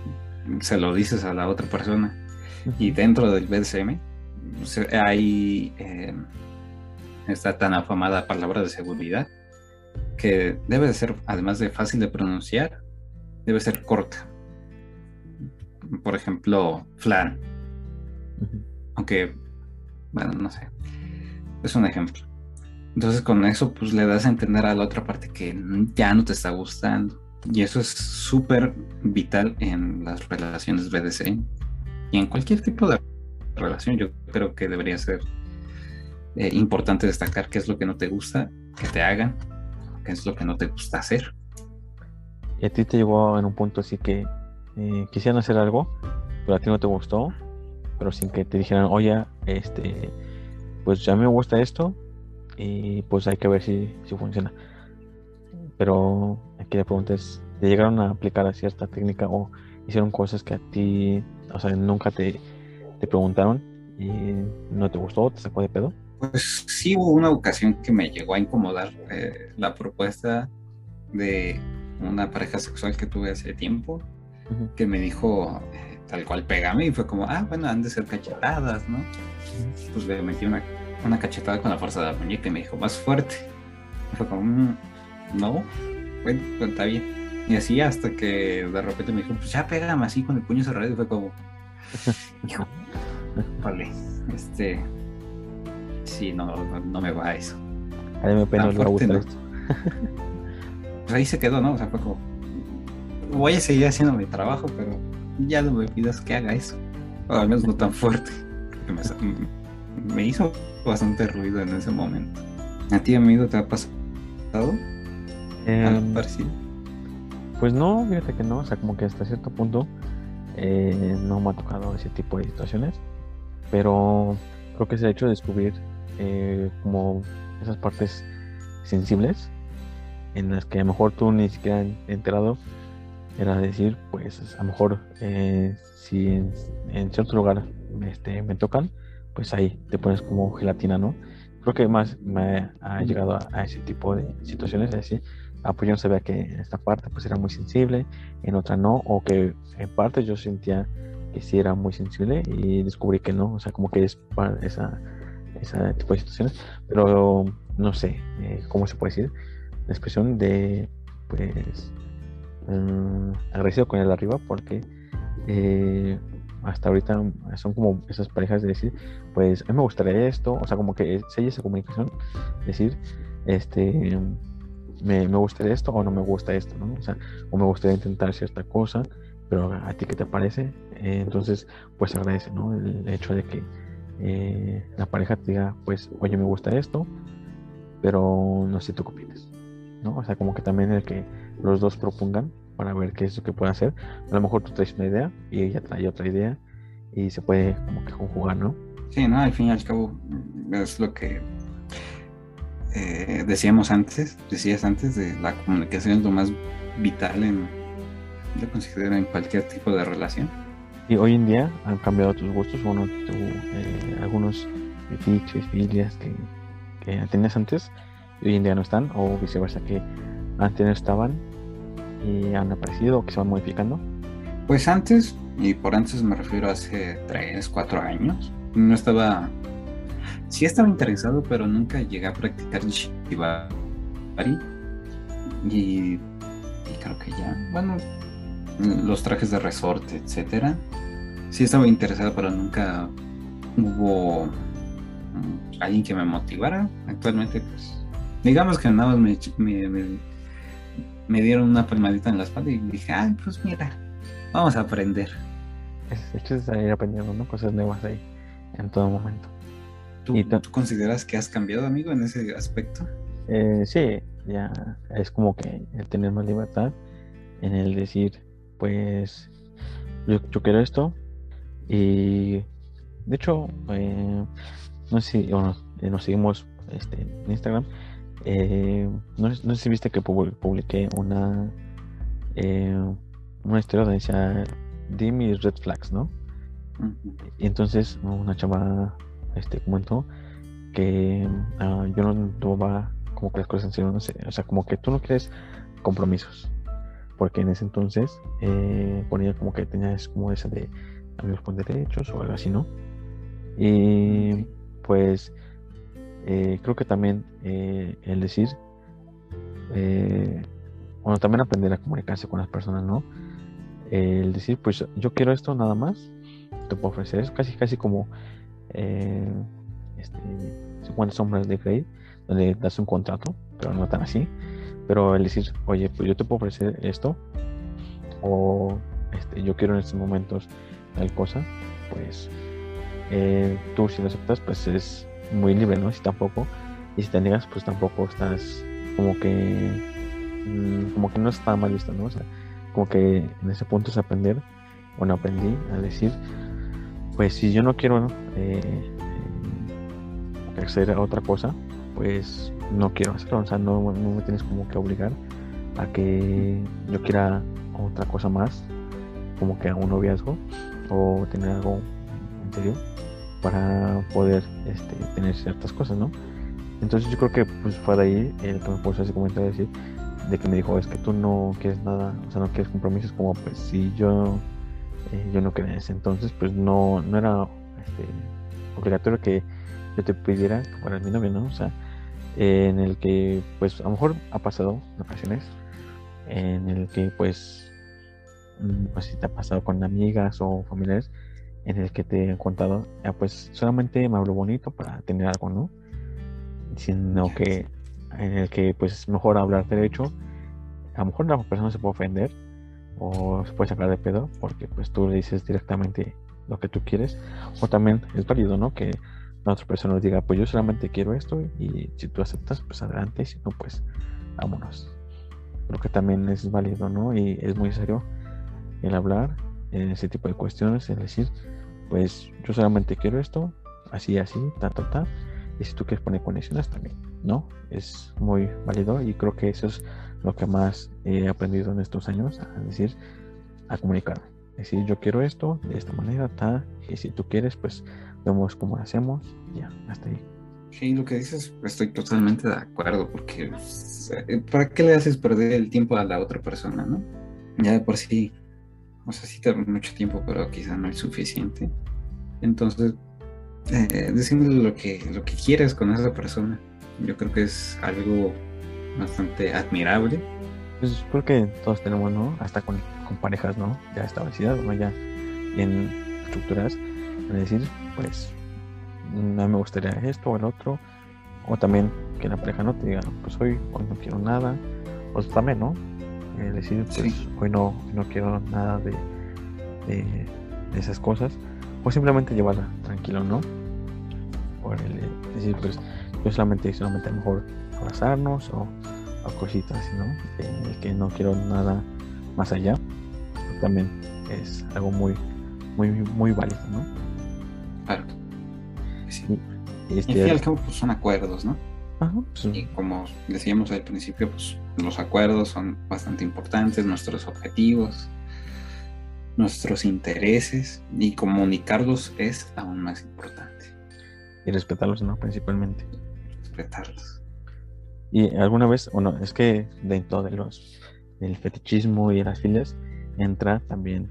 se lo dices a la otra persona. Y Ujú. dentro del BDSM hay esta tan afamada palabra de seguridad que debe de ser, además de fácil de pronunciar, debe ser corta. Por ejemplo, flan, Ujú. aunque, bueno, no sé, es un ejemplo. Entonces con eso pues le das a entender a la otra parte que ya no te está gustando. Y eso es súper vital en las relaciones BDSM y en cualquier tipo de relación. Yo creo que debería ser importante destacar qué es lo que no te gusta que te hagan, qué es lo que no te gusta hacer. Y a ti te llegó en un punto así que quisieran hacer algo, pero a ti no te gustó, pero sin que te dijeran, oye, pues ya me gusta esto y pues hay que ver si funciona. Pero aquí la pregunta es, ¿te llegaron a aplicar a cierta técnica o hicieron cosas que a ti, o sea, nunca te preguntaron y no te gustó, te sacó de pedo? Pues sí hubo una ocasión que me llegó a incomodar la propuesta de una pareja sexual que tuve hace tiempo, Ujú, que me dijo tal cual pégame y fue como, bueno, han de ser cachetadas, ¿no? ujú. Pues le metí una cachetada con la fuerza de la muñeca y me dijo, más fuerte. Y fue como, no, bueno, pues está bien. Y así hasta que de repente me dijo, pues ya pégame así con el puño cerrado y fue como, híjole, sí, no me va eso. A MP no Tan le va a fuerte, gustar ¿no? esto. Pues ahí se quedó, ¿no? O sea, fue como, voy a seguir haciendo mi trabajo, pero ya no me pidas que haga eso. O al menos no tan fuerte. Me hizo bastante ruido en ese momento. ¿A ti, amigo, te ha pasado algo Em, parecido? pues no, fíjate que no, o sea, como que hasta cierto punto no me ha tocado ese tipo de situaciones, pero creo que es el hecho de descubrir como esas partes sensibles en las que a lo mejor tú ni siquiera enterado, era decir, pues a lo mejor si en cierto lugar me tocan, pues ahí te pones como gelatina, ¿no? Creo que más me ha llegado a ese tipo de situaciones, es decir, pues yo no sabía que en esta parte pues era muy sensible, en otra no, o que en parte yo sentía que sí era muy sensible y descubrí que no, o sea, como que es para esa tipo de situaciones, pero no sé cómo se puede decir, la expresión de, pues, agradecido con el de arriba porque eh, hasta ahorita son como esas parejas de decir, pues a mí me gustaría esto, o sea, como que si hay esa comunicación, decir, este, me gustaría esto o no me gusta esto, ¿no? O sea, o me gustaría intentar cierta cosa, pero a ti qué te parece. Entonces, pues agradece, ¿no? El hecho de que la pareja te diga, pues, oye, me gusta esto, pero no sé tú qué opinas, ¿no? O sea, como que también el que los dos propongan para ver qué es lo que puede hacer. A lo mejor tú traes una idea y ella trae otra idea y se puede como que conjugar, ¿no? Sí, ¿no? Al fin y al cabo es lo que decías antes de la comunicación es lo más vital yo considero en cualquier tipo de relación. Y hoy en día han cambiado tus gustos, o no, algunos fetiches, filias que tenías antes y hoy en día no están, o viceversa, que antes no estaban y han aparecido o que se van modificando. Pues antes, y por antes me refiero a hace 3, 4 años, no estaba, sí estaba interesado, pero nunca llegué a practicar el shibari y creo que ya, bueno, los trajes de resorte, etcétera. Sí estaba interesado, pero nunca hubo alguien que me motivara. Actualmente, pues, digamos que nada más me dieron una palmadita en la espalda y dije, pues mira, vamos a aprender. El chiste es ir aprendiendo, ¿no? Cosas nuevas ahí en todo momento. ¿Tú, Y tú consideras que has cambiado, amigo, en ese aspecto? sí, ya es como que el tener más libertad en el decir, pues yo quiero esto y de hecho, no sé si bueno, nos seguimos en Instagram. No sé si viste que publiqué eh, una historia donde decía, di mis red flags, ¿no? Ujú. Y entonces una chava comentó que yo no tomaba como que las cosas en serio, no sé, o sea, como que tú no quieres compromisos. porque en ese entonces ponía como que tenías como esa de amigos con derechos o algo así, ¿no? Y pues creo que también el decir, bueno, también aprender a comunicarse con las personas, ¿no? El decir, pues yo quiero esto nada más, te puedo ofrecer, es casi casi como eh, este, 50 sombras de Grey, donde das un contrato, pero no tan así, pero el decir, oye, pues yo te puedo ofrecer esto, o yo quiero en estos momentos tal cosa, pues tú si lo aceptas, pues es muy libre, ¿no? Si tampoco, y si te niegas, pues tampoco estás como que no está mal visto, ¿no? O sea, como que en ese punto es aprender, bueno, aprendí a decir, pues si yo no quiero acceder a otra cosa, pues no quiero hacerlo, o sea, no me tienes como que obligar a que yo quiera otra cosa más, como que a un noviazgo o tener algo en serio para poder tener ciertas cosas, ¿no? Entonces yo creo que pues fue de ahí el que me puso ese comentario de decir, de que me dijo, es que tú no quieres nada, o sea, no quieres compromisos, como pues si yo no quería en ese entonces, pues no era obligatorio que yo te pidiera que fueras mi novio, ¿no? O sea, en el que pues a lo mejor ha pasado en ocasiones en el que pues si te ha pasado con amigas o familiares en el que te han contado, pues solamente me habló bonito para tener algo, ¿no? Sino que en el que pues es mejor hablar derecho, a lo mejor la persona se puede ofender o se puede sacar de pedo porque pues tú le dices directamente lo que tú quieres, o también es válido, ¿no? Que la otra persona nos diga, pues yo solamente quiero esto y si tú aceptas, pues adelante, y si no, pues vámonos. Creo que también es válido, ¿no? Y es muy serio el hablar en ese tipo de cuestiones, es decir, pues yo solamente quiero esto, así, así, ta, y si tú quieres poner condiciones también, ¿no? Es muy válido y creo que eso es lo que más he aprendido en estos años, a decir, a comunicarme. Es decir, yo quiero esto de esta manera, y si tú quieres, pues vemos cómo lo hacemos, ya, hasta ahí. Sí, lo que dices, estoy totalmente de acuerdo, porque ¿para qué le haces perder el tiempo a la otra persona, no? Ya de por sí, o sea, sí te da mucho tiempo, pero quizá no es suficiente. Entonces, decirle lo que quieres con esa persona, yo creo que es algo bastante admirable. Pues creo que todos tenemos, ¿no? Hasta con parejas, ¿no? Ya establecidas, ¿no? Ya bien estructuradas, es decir, pues no me gustaría esto o el otro, o también que la pareja no te diga, pues hoy no quiero nada, o también, ¿no? Decir, pues Sí. hoy no quiero nada de esas cosas, o simplemente llevarla tranquilo, ¿no? Por decir, pues yo solamente a lo mejor abrazarnos o cositas, ¿no? Que no quiero nada más allá, también es algo muy válido, ¿no? Claro. Sí. Y Y al fin y al cabo, pues son acuerdos, ¿no? Ajá, pues, Y como decíamos al principio, pues los acuerdos son bastante importantes, nuestros objetivos, nuestros intereses, y comunicarlos es aún más importante. y respetarlos, ¿no? Principalmente. Respetarlos. Y alguna vez, bueno, es que dentro del fetichismo y las filias entra también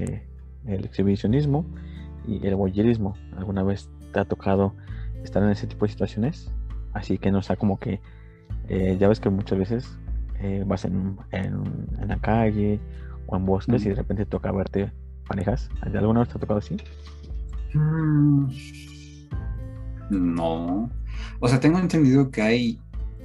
el exhibicionismo y el voyerismo. ¿Alguna vez te ha tocado estar en ese tipo de situaciones? Así que no sea como que ya ves que muchas veces vas en la calle o en bosques y de repente toca verte parejas. ¿Alguna vez te ha tocado así? No. O sea, tengo entendido que hay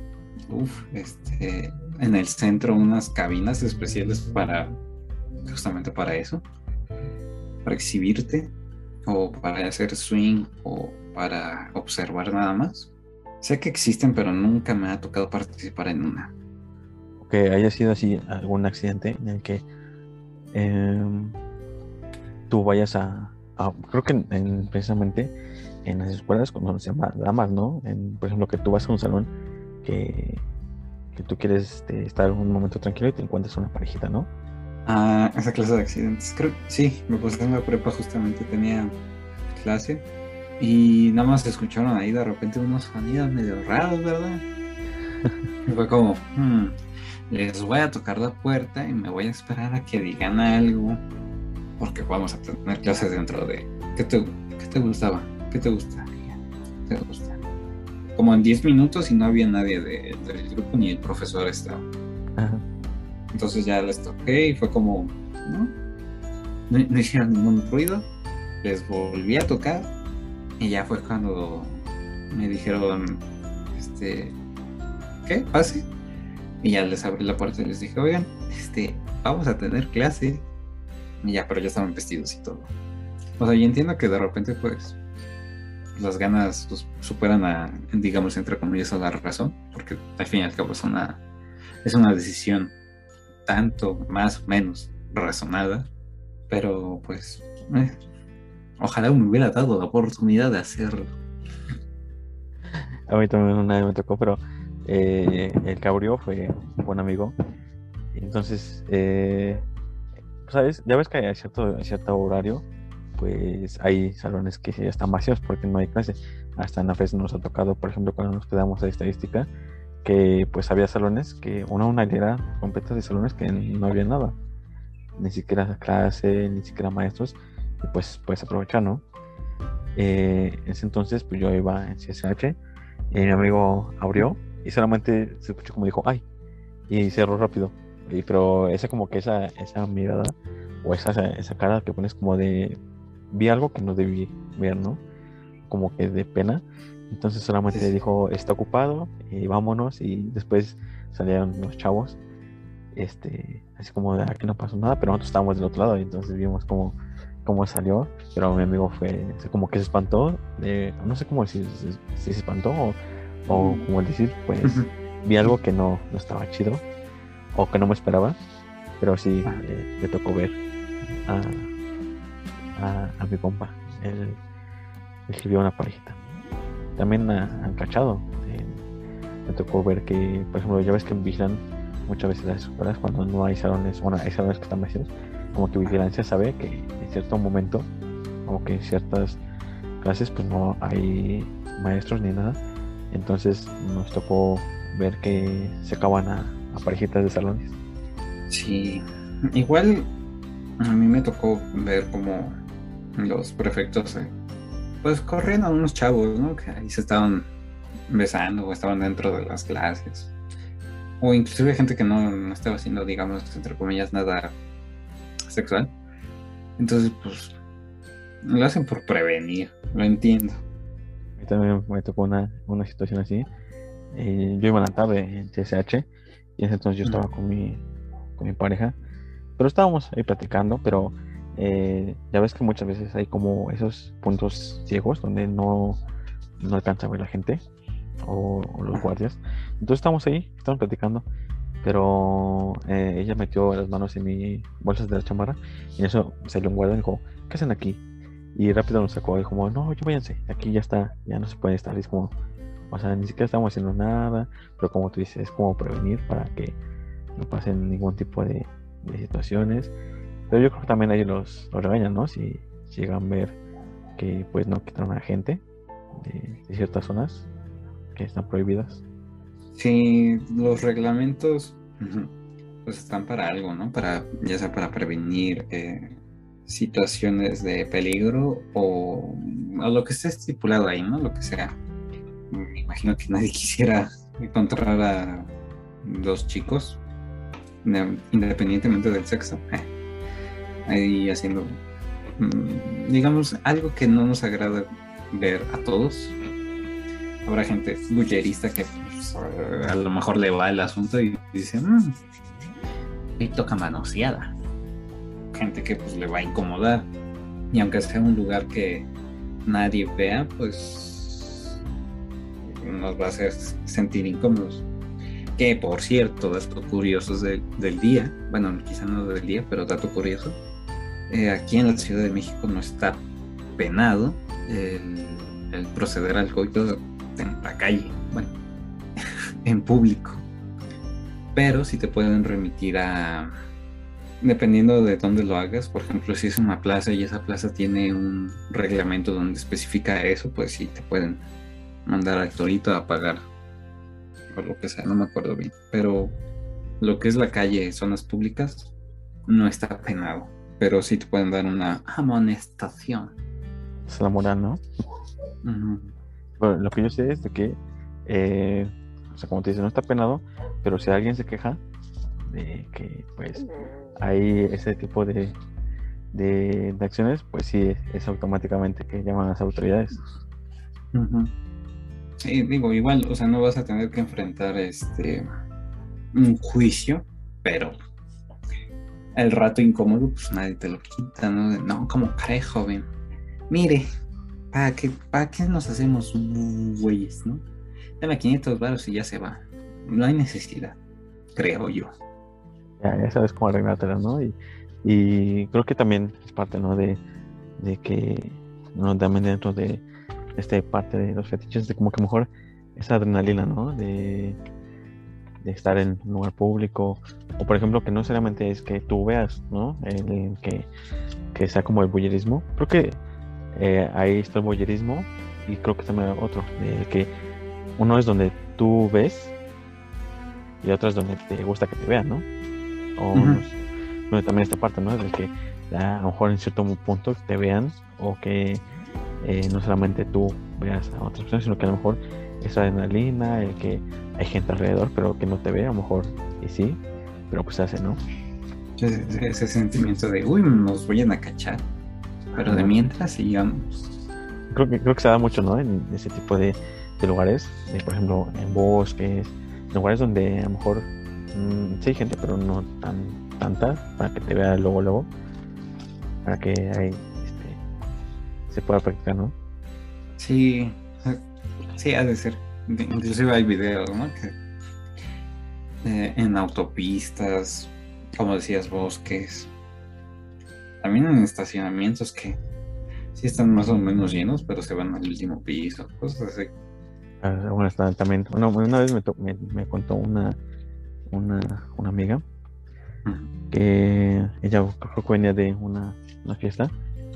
en el centro unas cabinas especiales justamente para eso, para exhibirte o para hacer swing o para observar nada más. Sé que existen, pero nunca me ha tocado participar en una. Que haya sido así algún accidente en el que tú vayas creo que precisamente en las escuelas cuando se llama damas, ¿no? Por ejemplo, que tú vas a un salón que tú quieres estar un momento tranquilo y te encuentras una parejita, ¿no? Ah, esa clase de accidentes. Creo que sí, me puse en la prepa, justamente tenía clase y nada más se escucharon ahí de repente unos sonidos medio raros, ¿verdad? Y fue como, les voy a tocar la puerta y me voy a esperar a que digan algo, porque vamos a tener clases dentro de... ¿Qué te gustaba? ¿Qué te gustaría? ¿Qué te gusta? Como en 10 minutos y no había nadie del grupo ni el profesor estaba. Ajá. Entonces ya les toqué y fue como, ¿no? No hicieron ningún ruido, les volví a tocar y ya fue cuando me dijeron, ¿qué? Pase. Y ya les abrí la puerta y les dije, oigan, vamos a tener clase. Y ya, pero ya estaban vestidos y todo. O sea, yo entiendo que de repente, pues, las ganas pues, superan a, digamos, entre comillas, a la razón, porque al fin y al cabo es una decisión tanto más o menos razonada, pero pues, ojalá me hubiera dado la oportunidad de hacerlo. A mí también una vez me tocó, pero el que abrió fue un buen amigo. Entonces, ¿sabes? Ya ves que a cierto horario, pues hay salones que ya están vacíos porque no hay clase. Hasta en la FES nos ha tocado, por ejemplo, cuando nos quedamos a estadística, que pues había salones que una hilera completa de salones que no había nada, ni siquiera clase, ni siquiera maestros, y pues puedes aprovechar, ¿no? En ese entonces, pues yo iba en CSH y mi amigo abrió y solamente se escuchó como dijo, ¡ay! Y cerró rápido. Pero esa como que esa mirada o esa cara que pones como de vi algo que no debí ver, ¿no? Como que de pena. Entonces solamente Sí. dijo, está ocupado y vámonos. Y después salieron los chavos, así como de aquí no pasó nada, pero nosotros estábamos del otro lado y entonces vimos cómo salió. Pero mi amigo como que se espantó, no sé cómo decir, si se espantó o como decir, pues vi algo que no estaba chido o que no me esperaba, pero sí le tocó ver a mi compa, el que vio una parejita. También han cachado. Me tocó ver que, por ejemplo, ya ves que vigilan muchas veces las escuelas cuando no hay salones, bueno, hay salones que están vacíos, como que vigilancia sabe que en cierto momento, como que en ciertas clases, pues no hay maestros ni nada. Entonces nos tocó ver que se acaban a parejitas de salones. Sí, igual a mí me tocó ver como los prefectos, pues corrían a unos chavos, ¿no? Que ahí se estaban besando o estaban dentro de las clases. O inclusive gente que no estaba haciendo, digamos, entre comillas, nada sexual. Entonces, pues, lo hacen por prevenir, lo entiendo. A mí también me tocó una situación así. Yo iba en la tarde en CSH y en ese entonces yo estaba con mi pareja, pero estábamos ahí platicando, pero ya ves que muchas veces hay como esos puntos ciegos donde no alcanza a ver la gente o los guardias. Entonces estábamos ahí, estábamos platicando, pero ella metió las manos en mi bolsas de la chamarra y en eso salió un guardia y dijo, ¿qué hacen aquí? Y rápido nos sacó y como, no, yo váyanse, aquí ya está, ya no se puede estar. Y es como, o sea, ni siquiera estamos haciendo nada, pero como tú dices, es como prevenir para que no pasen ningún tipo de situaciones. Pero yo creo que también ellos los regañan, ¿no? Si llegan a ver que pues no quitan a la gente de ciertas zonas que están prohibidas. Sí, los reglamentos, pues están para algo, ¿no? Ya sea para prevenir situaciones de peligro o lo que esté estipulado ahí, ¿no? Lo que sea. Me imagino que nadie quisiera encontrar a dos chicos, independientemente del sexo, ahí haciendo, digamos, algo que no nos agrada ver a todos. Habrá gente bullerista que pues, a lo mejor le va el asunto y dice, y toca manoseada. Gente que pues le va a incomodar. Y aunque sea un lugar que nadie vea, pues nos va a hacer sentir incómodos. Que por cierto, datos curiosos del día, bueno, quizá no del día, pero dato curioso, aquí en la Ciudad de México no está penado el proceder al coito en la calle, bueno, en público, pero sí te pueden remitir dependiendo de dónde lo hagas. Por ejemplo, si es una plaza y esa plaza tiene un reglamento donde especifica eso, pues sí te pueden mandar al torito a pagar o lo que sea, no me acuerdo bien, pero lo que es la calle, zonas públicas, no está penado, pero sí te pueden dar una amonestación. Es la moral, ¿no? Ujú. Pero lo que yo sé es de que, eh, o sea, como te dice, no está penado, pero si alguien se queja de que, pues, hay ese tipo de acciones, pues sí, es automáticamente que llaman a las autoridades. Ujú. Sí, digo, igual, o sea, no vas a tener que enfrentar un juicio, pero el rato incómodo, pues nadie te lo quita, ¿no? No, ¿cómo cree, joven? Mire, ¿para qué nos hacemos güeyes, no? Dame 500 varos y ya se va. No hay necesidad, creo yo. Ya sabes cómo arreglártelas, ¿no? Y creo que también es parte, ¿no? De que, ¿no? También dentro de parte de los fetiches, de como que mejor esa adrenalina, ¿no? De estar en un lugar público, o por ejemplo, que no solamente es que tú veas, ¿no? Que sea como el voyerismo. Creo que ahí está el voyerismo, y creo que también otro, de que uno es donde tú ves y otro es donde te gusta que te vean, ¿no? O Ujú. no sé, donde también esta parte, ¿no? De que a lo mejor en cierto punto te vean, o que no solamente tú veas a otras personas, sino que a lo mejor esa adrenalina, el que hay gente alrededor, pero que no te ve, a lo mejor y sí, pero pues se hace, ¿no? Ese sentimiento de, uy, nos vayan a cachar, pero de Ajá. mientras sigamos. Creo que se da mucho, ¿no? En ese tipo de lugares, por ejemplo, en bosques, lugares donde a lo mejor sí hay gente, pero no tanta, para que te vea luego, para que ahí se pueda practicar, ¿no? Sí, sí, ha de ser. Inclusive hay videos, ¿no? Que en autopistas, como decías, bosques, también en estacionamientos que sí están más o menos llenos, pero se van al último piso, cosas así. Bueno, también, una vez me contó una, una amiga Ujú. que ella creo que venía de una fiesta,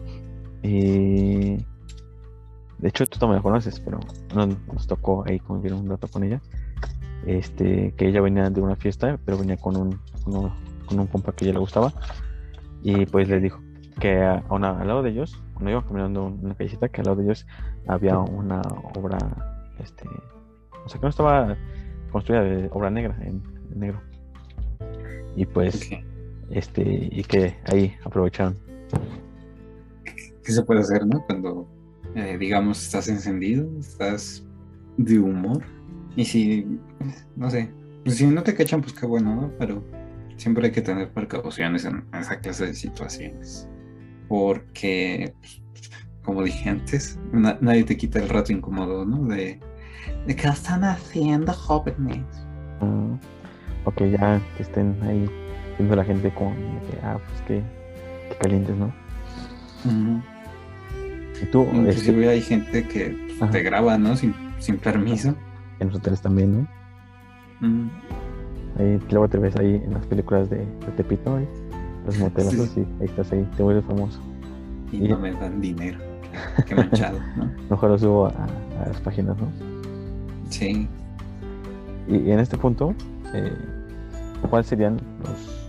y de hecho tú también la conoces, pero no nos tocó ahí convivir un rato con ella. Que ella venía de una fiesta, pero venía con un compa que ella le gustaba, y pues le dijo que al lado de ellos, cuando iba caminando una callecita, que al lado de ellos había una obra, o sea, que no estaba construida, de obra negra, en negro, y pues, Ok. y que ahí aprovecharon. ¿Qué se puede hacer, no? Cuando, digamos, estás encendido, estás de humor. Y si, no sé, pues si no te cachan, pues qué bueno, ¿no? Pero siempre hay que tener precauciones en esa clase de situaciones. Porque, pues, como dije antes, nadie te quita el rato incómodo, ¿no? ¿De qué están haciendo, jóvenes? Mm, o que ya que estén ahí viendo a la gente con de que, pues que calientes, ¿no? Ujú. Y tú, Inclusive hay gente que pues, ajá, te graba, ¿no? Sin permiso. en los hoteles también, ¿no? Ujú. Ahí luego te ves ahí en las películas de Tepito, ahí, los Sí. motelazos, y ahí estás ahí, te vuelves famoso. Y Y no me dan dinero. Qué manchado, ¿no? mejor lo subo a las páginas, ¿no? Sí. Y en este punto, eh, ¿cuáles serían los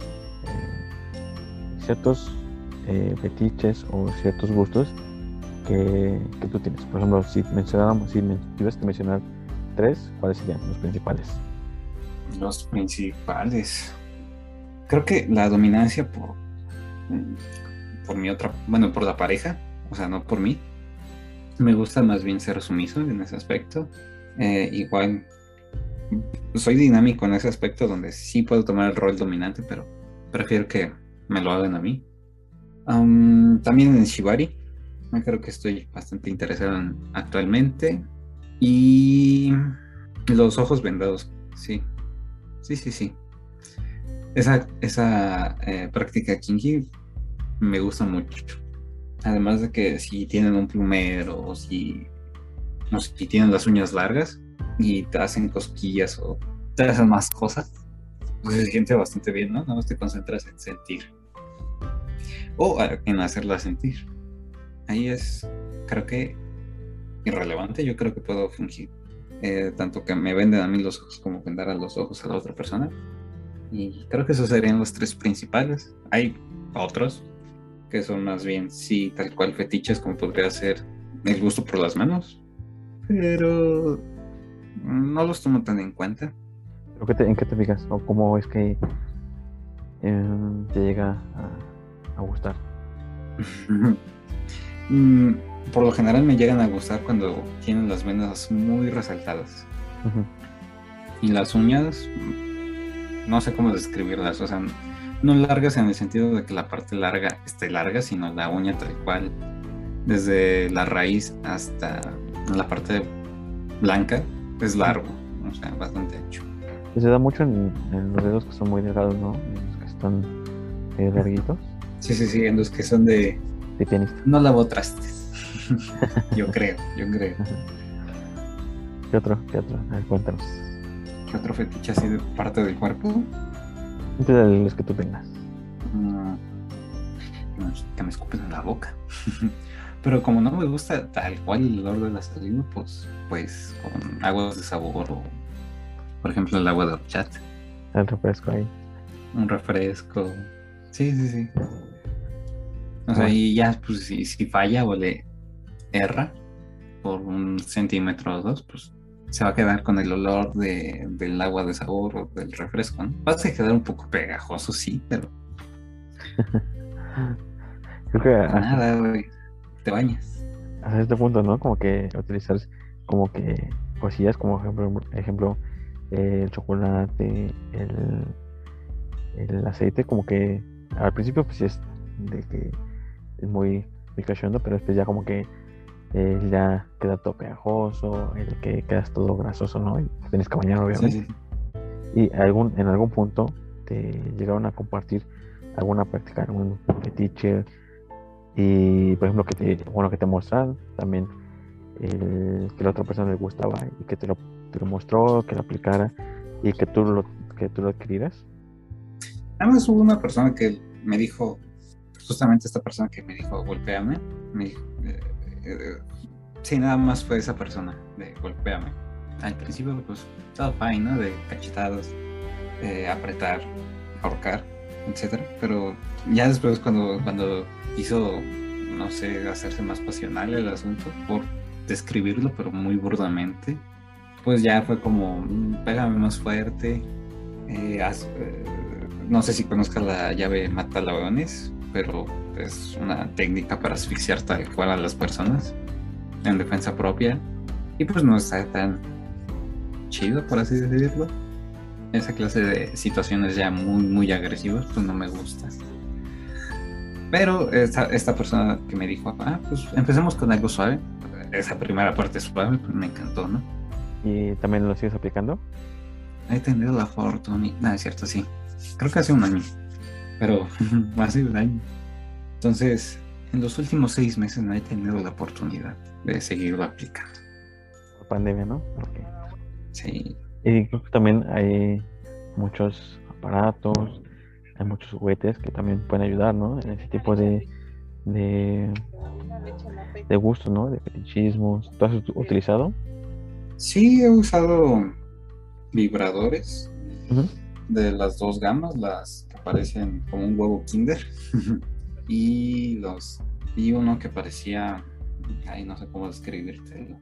ciertos fetiches o ciertos gustos que tú tienes? Por ejemplo, si tuvieras que mencionar tres, ¿cuáles serían los principales? Los principales. Creo que la dominancia por mi otra, bueno, por la pareja, o sea, no por mí. Me gusta más bien ser sumiso en ese aspecto. Igual, soy dinámico en ese aspecto donde sí puedo tomar el rol dominante, pero prefiero que me lo hagan a mí. También en Shibari, creo que estoy bastante interesado actualmente. Y los ojos vendados, sí, sí, sí, sí. Esa práctica kinky me gusta mucho. Además de que si tienen un plumero o si, no sé, si tienen las uñas largas y te hacen cosquillas o te hacen más cosas, pues se siente bastante bien, ¿no? Nada más te concentras en sentir o en hacerla sentir. Ahí es, creo que irrelevante. Yo creo que puedo fingir tanto que me venden a mí los ojos como vendar a los ojos a la otra persona. Y creo que esos serían los tres principales. Hay otros que son más bien, sí, tal cual fetiches, como podría ser el gusto por las manos, pero no los tomo tan en cuenta. ¿En qué te fijas? ¿O cómo es que te llega a gustar? Mm, por lo general me llegan a gustar cuando tienen las venas muy resaltadas. Ujú. Y las uñas, no sé cómo describirlas, o sea, no largas en el sentido de que la parte larga esté larga, sino la uña tal cual, desde la raíz hasta la parte blanca, es largo, o sea, bastante ancho. Pues se da mucho en los dedos que son muy delgados, ¿no? En los que están larguitos, Sí, sí, sí, en los que son de de pianista. no lavo trastes. Yo creo. Ajá. ¿Qué otro? ¿Qué otro? A ver, cuéntanos. ¿Qué otro fetiche así de parte del cuerpo? Entonces, de los que tú tengas. Mm, que me escupen en la boca. Pero como no me gusta tal cual el olor de la saliva, pues con aguas de sabor o, por ejemplo, el agua de horchata, El refresco ahí. un refresco. Sí, sí, sí. O sea, Bueno, y ya, pues si falla o le erra por 1 centímetro o 2, pues se va a quedar con el olor del agua de sabor o del refresco, ¿no? Va a quedar un poco pegajoso, sí, pero creo que nada, güey, te bañas. hasta este punto, ¿no? Como que utilizar como que cosillas como ejemplo el chocolate, el aceite, como que al principio pues sí es de que es muy cachondo, pero después ya como que ya queda todo pegajoso, el que quedas todo grasoso, ¿no? Y te tienes que bañar, Sí, obviamente. sí. Y en algún punto te llegaron a compartir alguna práctica, algún fetiche, y por ejemplo que te mostraron también que la otra persona le gustaba y que te lo mostró, que lo aplicara y que tú lo adquirieras. Además hubo una persona que me dijo, justamente esta persona que me dijo, golpéame, me dijo, sí, nada más fue esa persona de golpéame. Al principio, pues, todo fine, ¿no? De cachetadas, apretar, ahorcar, etcétera. Pero ya después cuando quiso, no sé, hacerse más pasional el asunto, por describirlo, pero muy burdamente, pues ya fue como, pégame más fuerte, no sé si conozcas la llave mata-leones, pero es una técnica para asfixiar tal cual a las personas en defensa propia. Y pues no está tan chido, por así decirlo. Esa clase de situaciones ya muy, muy agresivas, pues no me gusta. Pero esta persona que me dijo, pues empecemos con algo suave. Esa primera parte suave, pues me encantó, ¿no? ¿Y también lo sigues aplicando? He tenido la fortuna, no, es cierto, sí. Creo que hace un año, pero hace un año. Entonces, en los últimos 6 meses no he tenido la oportunidad de seguirlo aplicando. Por pandemia, ¿no? Okay. Sí. Y creo que también hay muchos aparatos, hay muchos juguetes que también pueden ayudar, ¿no? En ese tipo de, de gustos, ¿no? De fetichismos. ¿Tú has utilizado? Sí, he usado vibradores Uh-huh. de las dos gamas, las que parecen como un huevo Kinder y uno que parecía, ay, no sé cómo describirte.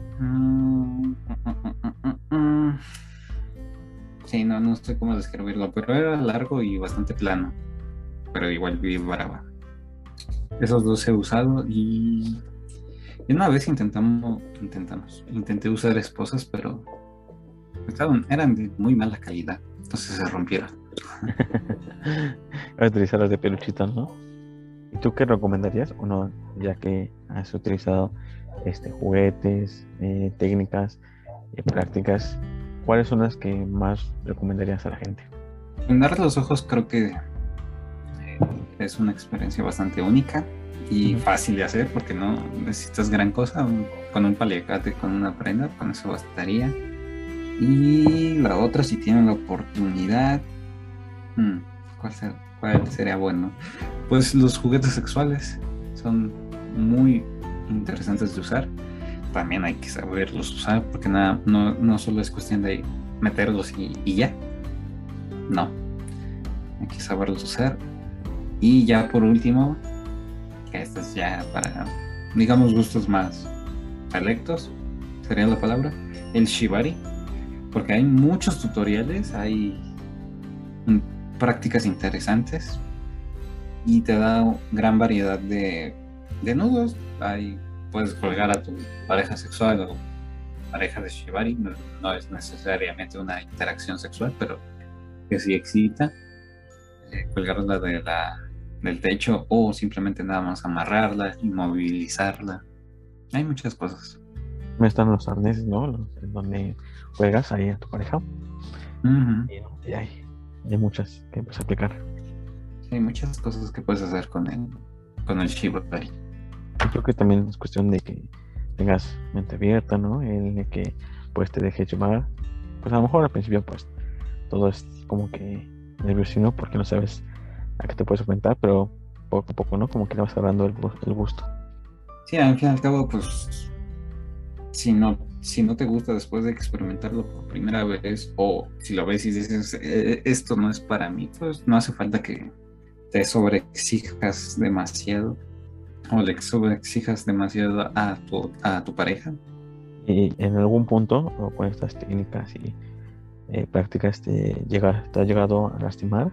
Sí, no sé cómo describirlo, pero era largo y bastante plano, pero igual vibraba. Esos dos he usado y una vez intenté usar esposas, pero eran de muy mala calidad, entonces se rompieron. Vas a utilizar las de peluchitos, ¿no? ¿Y tú qué recomendarías? O no, ya que has utilizado juguetes, técnicas, prácticas, ¿cuáles son las que más recomendarías a la gente? Vendar los ojos creo que es una experiencia bastante única y fácil de hacer porque no necesitas gran cosa. Con un paliacate, con una prenda, con eso bastaría. Y la otra, si tienen la oportunidad, ¿cuál sería bueno? Pues los juguetes sexuales son muy interesantes de usar. También hay que saberlos usar porque no solo es cuestión de meterlos y ya. No, hay que saberlos usar. Y ya por último, que esto es ya para, digamos, gustos más selectos, sería la palabra, el Shibari, porque hay muchos tutoriales, hay prácticas interesantes y te da gran variedad de nudos. Puedes colgar a tu pareja sexual o pareja de Shibari, no es necesariamente una interacción sexual, pero que sí excita, colgarla del techo o simplemente nada más amarrarla, inmovilizarla. Hay muchas cosas. No están los arneses, ¿no? En donde juegas ahí a tu pareja. Uh-huh. Y hay muchas que puedes aplicar. Hay muchas cosas que puedes hacer con el Shibari. Yo creo que también es cuestión de que tengas mente abierta, ¿no? El de que pues te dejes llevar. Pues a lo mejor al principio pues todo es como que nerviosino porque no sabes a qué te puedes enfrentar, pero poco a poco, ¿no? Como que le vas agarrando el gusto. Sí, al fin y al cabo, pues si no te gusta después de experimentarlo por primera vez, o si lo ves y dices, esto no es para mí, pues no hace falta que te sobreexijas demasiado o le sobreexijas demasiado a tu pareja. Y en algún punto, o con estas técnicas y prácticas, te ha llegado a lastimar.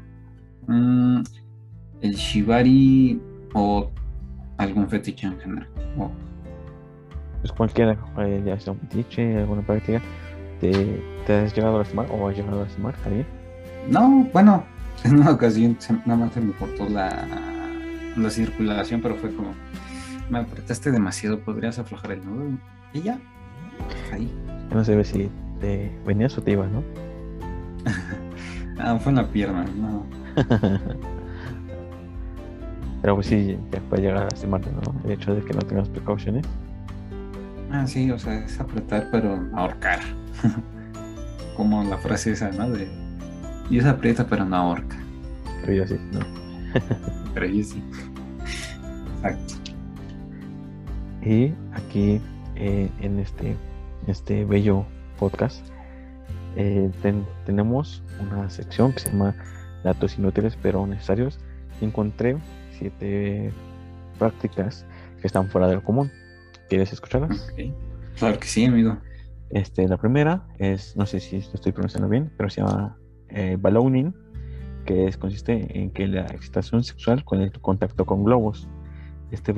El Shibari o algún fetiche en general. Pues cualquiera, ya sea un fetiche, alguna práctica, ¿te has llegado a lastimar o has llegado a lastimar a alguien? No, bueno, en una ocasión nada más se me cortó la circulación, pero fue como, me apretaste demasiado, podrías aflojar el nudo y ya, ahí. Ya no sé si te venías o te ibas, ¿no? Fue en la pierna, no. Pero pues sí, ya puede llegar a lastimarte, ¿no? El hecho de que no tengas precauciones. Sí, o sea, es apretar, pero ahorcar. Como la frase esa, ¿no? Dios aprieta, pero no ahorca. Pero yo sí, ¿no? Pero yo sí. Exacto. Y aquí, en este bello podcast, tenemos una sección que se llama Datos inútiles pero necesarios. Encontré 7 prácticas que están fuera del común. ¿Quieres escucharlas? Okay. Claro que sí, amigo. La primera es, no sé si lo estoy pronunciando bien, pero se llama ballooning, que consiste en que la excitación sexual con el contacto con globos. Este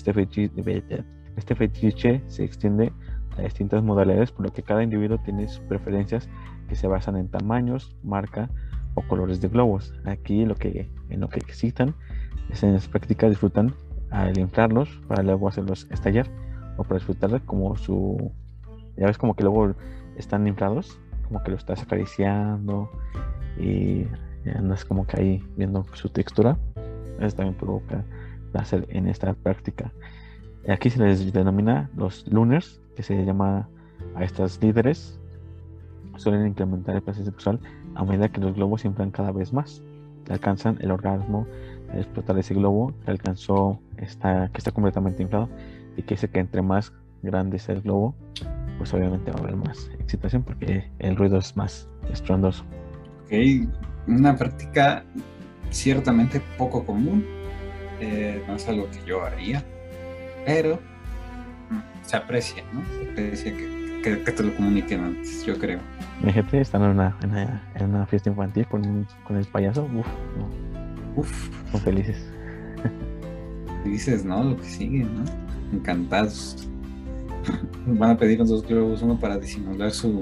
fetiche se extiende a distintas modalidades, por lo que cada individuo tiene sus preferencias que se basan en tamaños, marca o colores de globos. Aquí en lo que excitan es en las prácticas disfrutan al inflarlos para luego hacerlos estallar, o para disfrutar como ya ves como que luego están inflados, como que lo estás acariciando y andas como que ahí viendo su textura. Eso también provoca placer en esta práctica. Aquí se les denomina los lunars, que se llama a estas líderes. Suelen incrementar el placer sexual a medida que los globos se inflan cada vez más. Alcanzan el orgasmo al explotar ese globo que está completamente inflado, y que dice que entre más grande sea el globo, pues obviamente va a haber más excitación porque el ruido es más estruendoso. Ok, una práctica ciertamente poco común, no es algo que yo haría, pero se aprecia, ¿no? Se aprecia que te lo comuniquen antes, yo creo. Mi gente están en una fiesta infantil con el payaso, son felices. Dices, ¿no? Lo que sigue, ¿no? Encantados. Van a pedir 2 globos, uno para disimular su...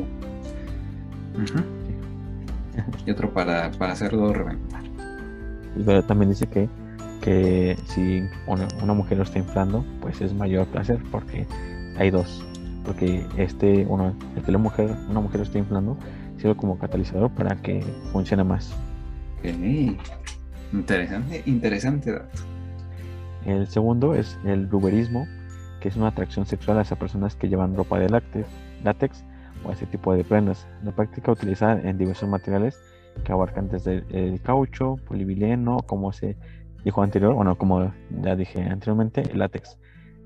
y otro para hacerlo reventar. Pero también dice que si una mujer lo está inflando, pues es mayor placer, porque hay dos. Porque el que una mujer lo está inflando sirve como catalizador para que funcione más. Okay. Interesante dato. El segundo es el ruberismo, que es una atracción sexual hacia personas que llevan ropa de látex o ese tipo de prendas. La práctica utiliza en diversos materiales que abarcan desde el caucho, polivileno, como se dijo como ya dije anteriormente, el látex.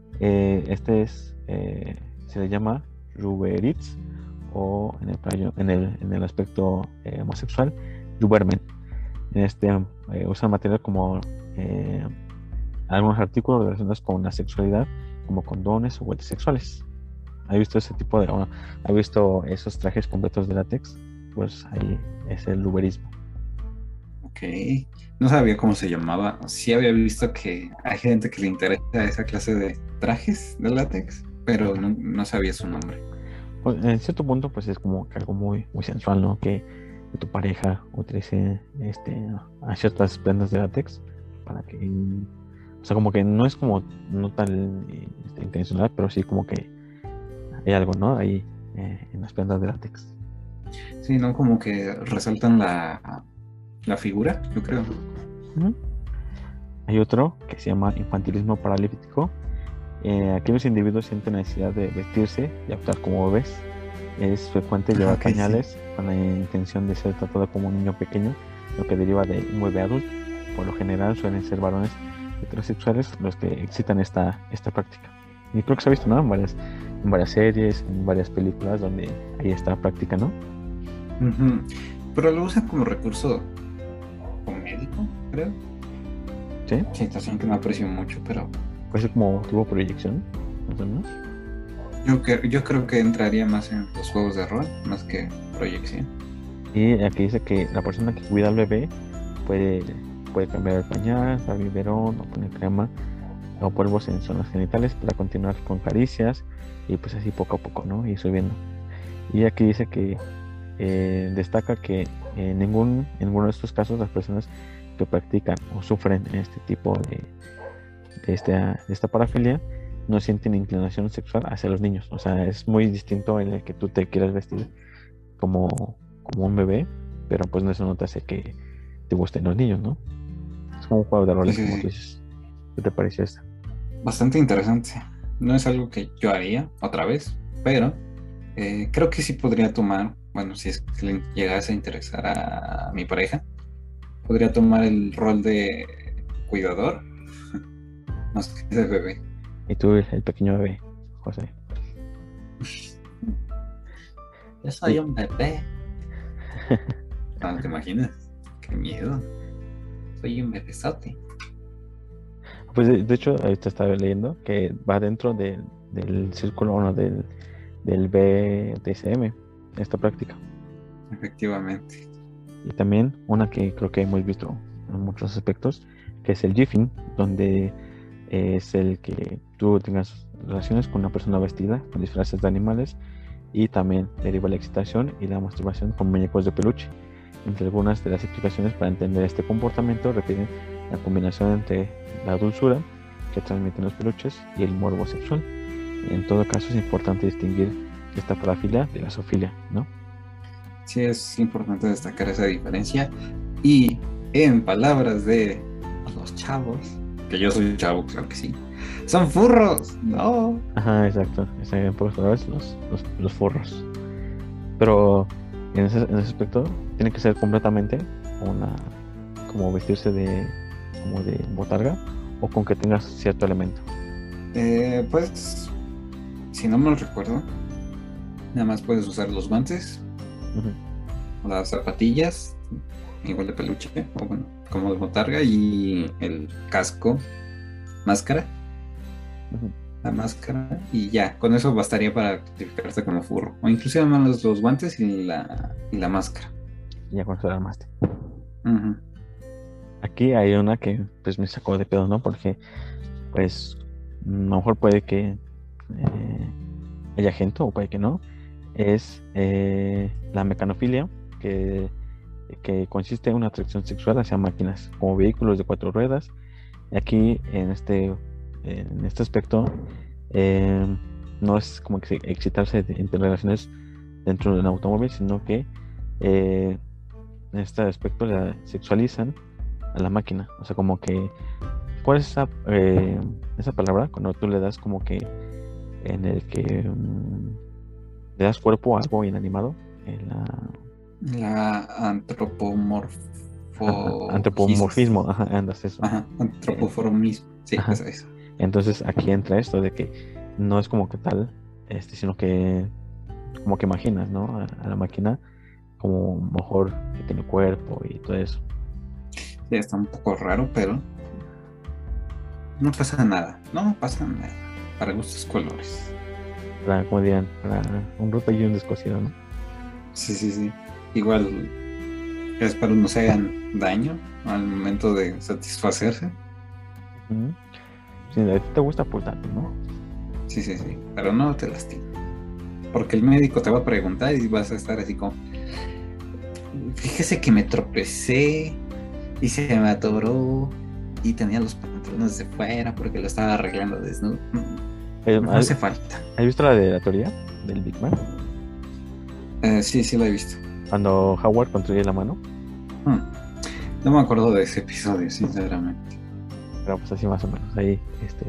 Se le llama ruberitz, o en el aspecto homosexual, rubermen. En usan material como eh, algunos artículos relacionados con la sexualidad, como condones o juguetes sexuales. ¿Ha visto ese tipo de, o ha visto esos trajes completos de látex? Pues ahí es el uberismo. Ok, no sabía cómo se llamaba. Sí había visto que hay gente que le interesa esa clase de trajes de látex, pero Ajá. no sabía su nombre. Pues, en cierto punto, pues es como que algo muy, muy sensual, ¿no? Que tu pareja utilice a ciertas prendas de látex para que, o sea, como que no es como no tan intencional, pero sí como que hay algo, ¿no? Ahí en las prendas de látex. Sí, ¿no? Como que resaltan la figura, yo creo. Ujú. Hay otro que se llama infantilismo paralítico. Aquellos individuos sienten la necesidad de vestirse y actuar como bebés. Es frecuente Ah, llevar ok, sí. pañales con la intención de ser tratado como un niño pequeño, lo que deriva de un bebé adulto. Por lo general suelen ser varones heterosexuales los que excitan esta práctica. Y creo que se ha visto, ¿no? En varias series, en varias películas donde hay esta práctica, ¿no? Ujú. Pero lo usan como recurso comédico, creo. Sí, Situación que no aprecio mucho, pero puede ser como tipo proyección, más o menos. yo creo que entraría más en los juegos de rol, más que proyección. Y aquí dice que la persona que cuida al bebé puede, puede cambiar el pañal, dar biberón o poner crema o polvos en zonas genitales para continuar con caricias y pues así poco a poco, ¿no? Y subiendo. Y aquí dice que destaca que en ninguno de estos casos las personas que practican o sufren este tipo de esta parafilia no sienten inclinación sexual hacia los niños. O sea, es muy distinto en el que tú te quieras vestir como un bebé, pero pues no eso no te hace que te gusten los niños, ¿no? Es como un juego de Sí, roles, sí, como tú sí. dices. ¿Qué te pareció esto? Bastante interesante. No es algo que yo haría otra vez, pero creo que sí podría tomar, bueno, si es que le llegase a interesar a mi pareja, podría tomar el rol de cuidador más que de bebé. Y tú, el pequeño bebé, José. Yo soy Y, un bebé. No te imaginas. Qué miedo. Soy un bebesote. pues de hecho, ahorita estaba leyendo que va dentro del círculo, bueno, del BDSM, esta práctica. Efectivamente. Y también una que creo que hemos visto en muchos aspectos, que es el jiffing, donde es el que tú tengas relaciones con una persona vestida con disfraces de animales y también deriva la excitación y la masturbación con muñecos de peluche. Entre algunas de las explicaciones para entender este comportamiento refieren la combinación entre la dulzura que transmiten los peluches y el morbo sexual. En todo caso es importante distinguir esta parafilia de la zoofilia, ¿no? Sí, es importante destacar esa diferencia. Y en palabras de los chavos, que yo soy un chavo, claro que sí, son furros, no. Ajá, exacto. En pocas palabras, los forros. Pero en ese aspecto tiene que ser completamente una, como vestirse como de botarga o con que tengas cierto elemento. Pues, si no me recuerdo, nada más puedes usar los guantes, Ujú, las zapatillas, igual de peluche, o bueno, como de botarga, y el casco, máscara, ujú. la máscara, y ya, con eso bastaría para clasificarte como furro. O inclusive más los guantes y la máscara. Y ya con eso la armaste. Ujú. Aquí hay una que pues me sacó de pedo, ¿no? Porque pues a lo mejor puede que haya gente o puede que no. Es la mecanofilia, que, que consiste en una atracción sexual hacia máquinas como vehículos de cuatro ruedas. Aquí en este aspecto eh, no es como que excitarse entre relaciones dentro de un automóvil, sino que eh, en este aspecto la sexualizan a la máquina. O sea, como que, ¿cuál es esa palabra? Cuando tú le das como que en el que le das cuerpo a algo inanimado, en La antropomorfosis. antropomorfismo, ajá, andas eso. Ajá, Eh, antropoformismo. Sí, ajá. esa es. Entonces aquí entra esto de que no es como que tal, sino que como que imaginas, ¿no? A la máquina como mejor que tiene cuerpo y todo eso. Sí, está un poco raro, pero no pasa nada. No pasa nada. Para gustos colores. Como dirían, para un roto y un descosido, ¿no? Sí, sí, sí. Igual espero no se hagan daño al momento de satisfacerse. Ujú. Si a ti te gusta, pues date, ¿no? Sí, sí, sí. Pero no te lastimes. Porque el médico te va a preguntar y vas a estar así como, fíjese que me tropecé y se me atoró y tenía los pantalones de fuera porque lo estaba arreglando desnudo. No ¿Has hace falta. has visto la de la teoría del Big Bang? Sí, sí lo he visto. Cuando Howard construye la mano, Hmm. No me acuerdo de ese episodio, sinceramente. pero pues así más o menos. Ahí,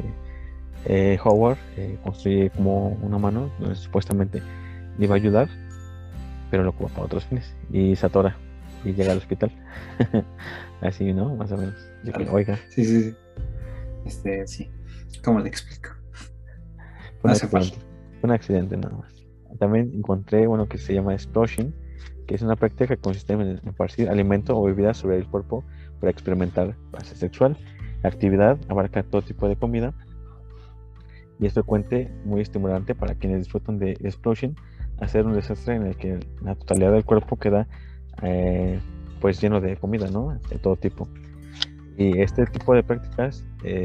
Howard construye como una mano donde supuestamente le iba a ayudar, pero lo ocupa para otros fines y se atora y llega al hospital. Así, ¿no? Más o menos. De que, Vale. oiga, Sí, sí, sí. Sí. ¿Cómo le explico? fue No un hace accidente. falta. Fue un accidente nada más. También encontré uno que se llama sploshing, que es una práctica que consiste en esparcir alimento o bebida sobre el cuerpo para experimentar placer sexual. La actividad abarca todo tipo de comida y es frecuente, muy estimulante para quienes disfrutan de sploshing, hacer un desastre en el que la totalidad del cuerpo queda eh, pues lleno de comida, ¿no? De todo tipo. Y este tipo de prácticas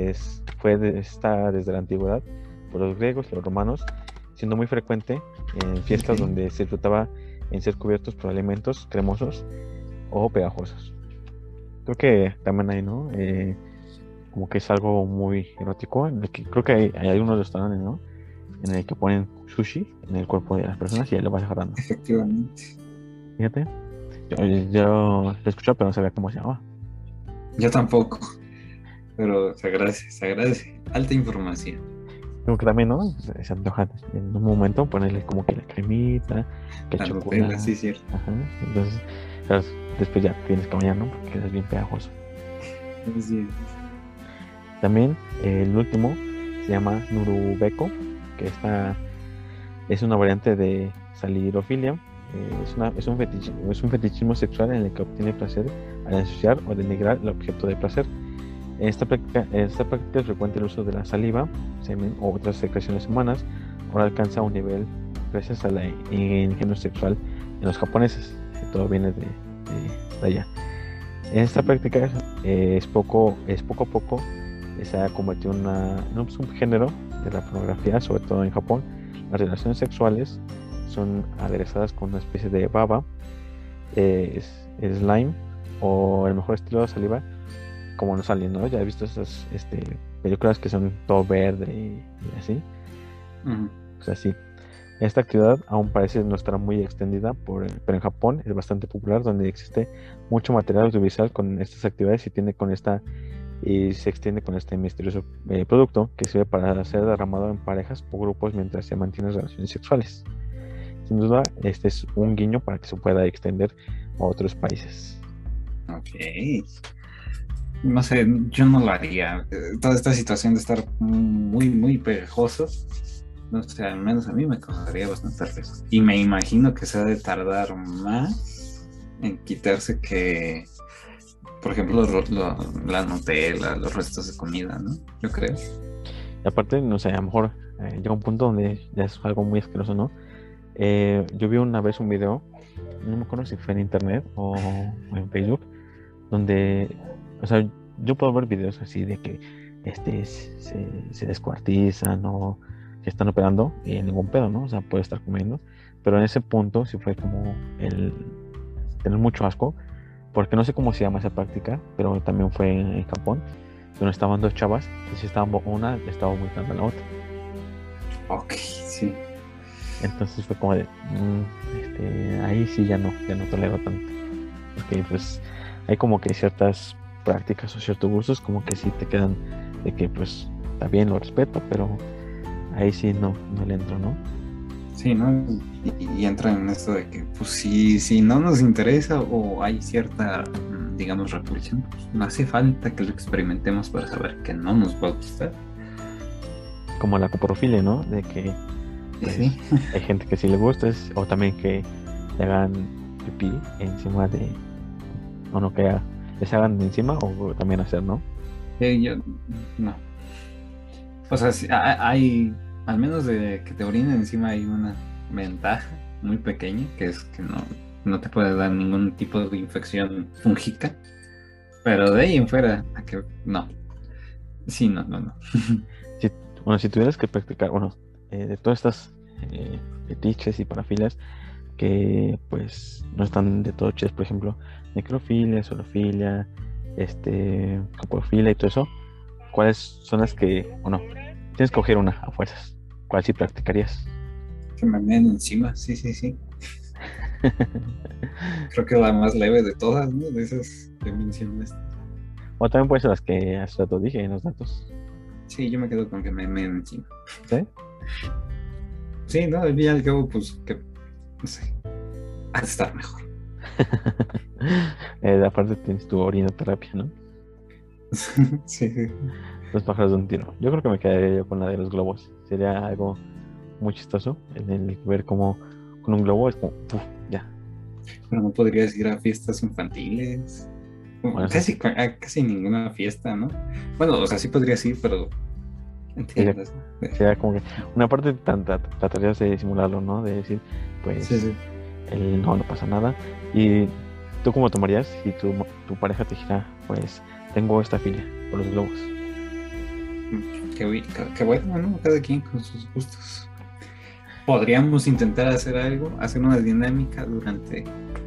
está desde la antigüedad por los griegos y los romanos, siendo muy frecuente en fiestas Ok. donde se trataba en ser cubiertos por alimentos cremosos o pegajosos. Creo que también hay, ¿no? Como que es algo muy erótico, en el que creo que hay algunos restaurantes, ¿no? En el que ponen sushi en el cuerpo de las personas y ahí lo vas agarrando. Efectivamente. Fíjate, yo lo he escuchado, pero no sabía cómo se llama. Yo tampoco, pero se agradece, se agradece. Alta información. Como que también, ¿no? Se antoja en un momento ponerle como que la cremita, que el La Nutella, chocolate. sí, cierto. Ajá. Entonces, claro, después ya tienes que bañar, ¿no? Porque quedas bien pegajoso. Sí. También el último se llama Nurubeco, que es una variante de salirofilia. Es un fetichismo sexual en el que obtiene placer al ensuciar o denigrar el objeto de placer. En esta práctica es frecuente el uso de la saliva, semen o otras secreciones humanas. Ahora alcanza un nivel gracias a la ingenio sexual en los japoneses. Todo viene de allá. En esta práctica poco a poco se ha convertido en un subgénero de la pornografía, sobre todo en Japón. Las relaciones sexuales son aderezadas con una especie de baba, slime o el mejor estilo de saliva, como nos salen, ¿no? Ya he visto esas películas que son todo verde y así. Ujú. Pues así. Esta actividad aún parece no estar muy extendida, pero en Japón es bastante popular, donde existe mucho material audiovisual con estas actividades y se extiende con este misterioso producto que sirve para ser derramado en parejas o grupos mientras se mantienen relaciones sexuales. Sin duda, este es un guiño para que se pueda extender a otros países. Ok. No sé, yo no lo haría. Toda esta situación de estar muy, muy pegajoso, no sé, al menos a mí me causaría bastante riesgo. Y me imagino que se ha de tardar más en quitarse que, por ejemplo, la Nutella, los restos de comida, ¿no? Yo creo. Y aparte, no sé, a lo mejor llega un punto donde ya es algo muy asqueroso, ¿no? Yo vi una vez un video, no me acuerdo si fue en internet o en Facebook, donde, o sea, yo puedo ver videos así de que se descuartizan o que están operando y ningún pedo, ¿no? O sea, puede estar comiendo, pero en ese punto sí fue como el tener mucho asco, porque no sé cómo se llama esa práctica, pero también fue en Japón, donde estaban dos chavas y si una le estaba vomitando a la otra. Ok, sí. Entonces fue como de, ahí sí ya no tolero tanto. Porque pues hay como que ciertas prácticas o ciertos gustos como que sí te quedan de que pues está bien, lo respeto, pero ahí sí no le entro, ¿no? Sí, ¿no? Y entra en esto de que, pues, si no nos interesa o hay cierta, digamos, repulsión, pues, no hace falta que lo experimentemos para saber que no nos va a gustar. Como la coprofilia, ¿no? De que pues, Sí. hay gente que sí le gusta, o también que le hagan pipí encima de, o no, que les hagan de encima o también hacer, ¿no? Yo, no. O sea, sí, hay, al menos de que te orinen encima hay una ventaja muy pequeña, que es que no te puede dar ningún tipo de infección fúngica, pero de ahí en fuera, a que no. Sí, no. Si, bueno, si tuvieras que practicar, bueno, de todas estas fetiches y parafilias que pues no están de todo chidas, por ejemplo, necrofilia, zoofilia, coprofilia y todo eso, ¿cuáles son las que, bueno, tienes que coger una a fuerzas? ¿Cuál sí practicarías? Que me meen encima, sí. Creo que la más leve de todas, ¿no? De esas que mencionaste. O también puede ser las que hace rato dije en los datos. Sí, yo me quedo con que me meen encima. ¿Sí? Sí, no, al fin y al cabo, pues que, no sé, ha de estar mejor. Aparte tienes tu orinoterapia, ¿no? Sí. Dos pájaros de un tiro. Yo creo que me quedaría yo con la de los globos. Sería algo muy chistoso en el ver cómo con un globo es como, ¡puf! Ya. Pero no podrías ir a fiestas infantiles. Bueno, eso sí. Casi ninguna fiesta, ¿no? Bueno, o sea, sí podrías ir, pero Sería, entiendes. sería como que una parte tratarías de simularlo, ¿no? De decir, pues, Sí. no pasa nada. ¿Y tú cómo tomarías si tu pareja te dijera, pues, tengo esta filia por los globos? Qué bueno, ¿no? Cada quien con sus gustos. Podríamos intentar hacer algo, hacer una dinámica durante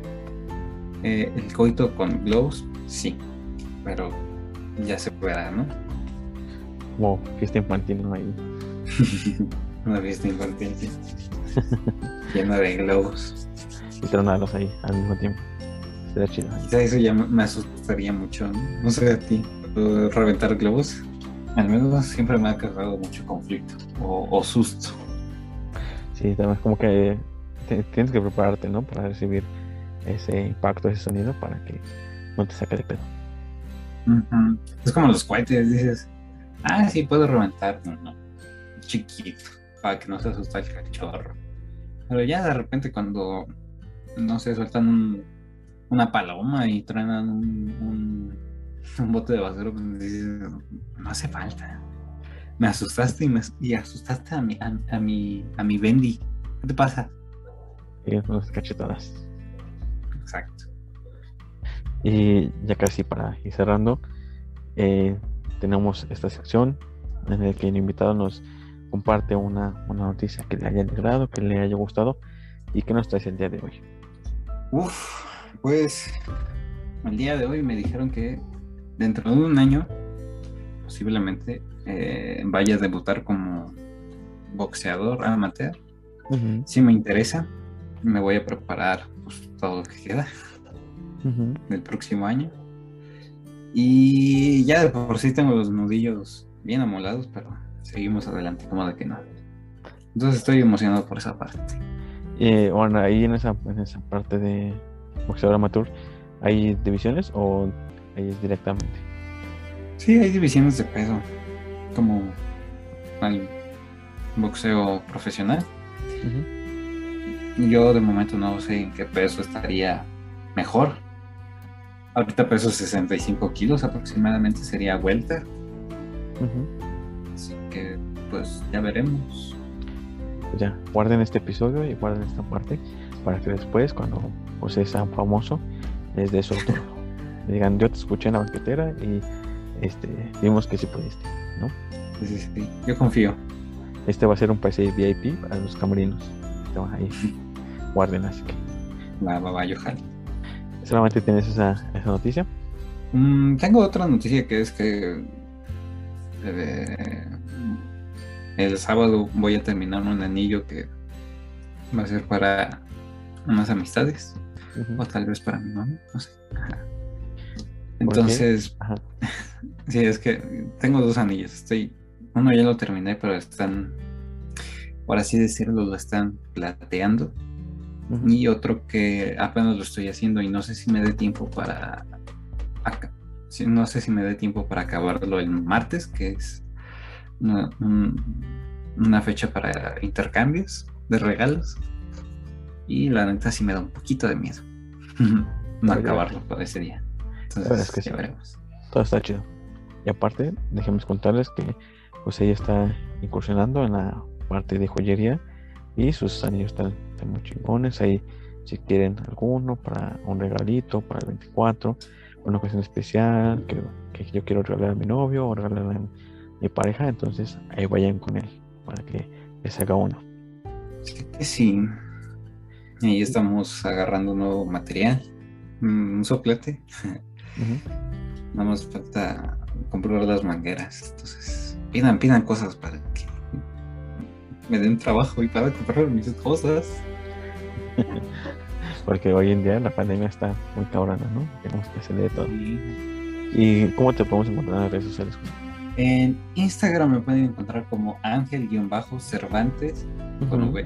el coito con globos, sí, pero ya se verá, ¿no? Como fiesta infantil, ¿no? Ahí. Una fiesta infantil sí, llena de globos. Y tronarlos ahí al mismo tiempo. Sería chido. Quizá eso ya me asustaría mucho, ¿no? No sé a ti, reventar globos. Al menos siempre me ha causado mucho conflicto o susto. Sí, también es como que tienes que prepararte, ¿no? Para recibir ese impacto, ese sonido, para que no te saque de pedo. Ujú. Es como los cohetes, dices, sí, puedo reventar uno chiquito, para que no se asuste el cachorro. Pero ya de repente cuando, no sé, sueltan una paloma y truenan un bote de basura, pues dices, no hace falta. Me asustaste y asustaste a mi Bendy. ¿Qué te pasa? Y unas cachetadas. Exacto. Y ya casi para ir cerrando, tenemos esta sección en la que el invitado nos comparte una noticia que le haya alegrado, que le haya gustado y que nos trae el día de hoy. Pues el día de hoy me dijeron que dentro de un año posiblemente vaya a debutar como boxeador amateur. Uh-huh. Si me interesa, me voy a preparar pues, todo lo que queda del próximo año. Y ya de por sí tengo los nudillos bien amolados, pero seguimos adelante, como de que no. Entonces estoy emocionado por esa parte. Bueno, ahí en esa parte de boxeador amateur, ¿hay divisiones o ahí es directamente? Sí, hay divisiones de peso, como al boxeo profesional. Yo de momento no sé en qué peso estaría mejor. Ahorita peso 65 kilos aproximadamente, sería welter. Así que pues ya veremos. Pues ya, guarden este episodio y guarden esta parte para que después, cuando José sea famoso, les dé su autógrafo. Le digan, yo te escuché en la banquetera y vimos que sí pudiste, ¿no? Sí. Yo confío. Este va a ser un pase VIP para los camerinos. Estaban ahí. Guarden, así que. Va, yo jalo. ¿Solamente tienes esa noticia? Tengo otra noticia que es que el sábado voy a terminar un anillo que va a ser para unas amistades o tal vez para mi mamá, no sé. Entonces, sí, es que tengo 2 anillos. Uno ya lo terminé, pero están, por así decirlo, lo están plateando. Y otro que apenas lo estoy haciendo y no sé si me dé tiempo para acabarlo el martes, que es una fecha para intercambios de regalos, y la neta sí me da un poquito de miedo no acabarlo por ese día. La verdad es Entonces, que ya sí, veremos. todo está chido. Y aparte, déjenme contarles que José ya está incursionando en la parte de joyería y sus anillos están muy chingones. Ahí, si quieren alguno para un regalito, para el 24, una ocasión especial que yo quiero regalar a mi novio o regalarle a mi pareja, entonces ahí vayan con él para que les haga uno. Sí, que sí. Ahí estamos agarrando un nuevo material, un soplete. Ujú. Nada más falta comprar las mangueras. Entonces, pidan cosas para que me den trabajo y para comprar mis cosas. Porque hoy en día la pandemia está muy cabrona, ¿no? Tenemos que hacer de todo. Y ¿Y cómo te podemos encontrar en las redes sociales, José? en Instagram me pueden encontrar como Ángel-Cervantes con Ujú,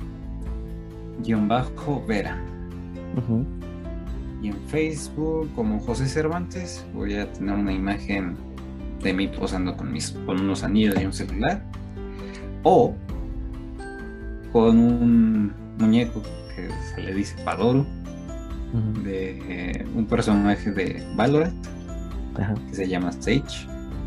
V-Vera. ujú, Y en Facebook como José Cervantes voy a tener una imagen de mí posando con unos anillos y un celular. O con un muñeco que se le dice Padoro, ujú. de un personaje de Valorant Ajá. que se llama Sage.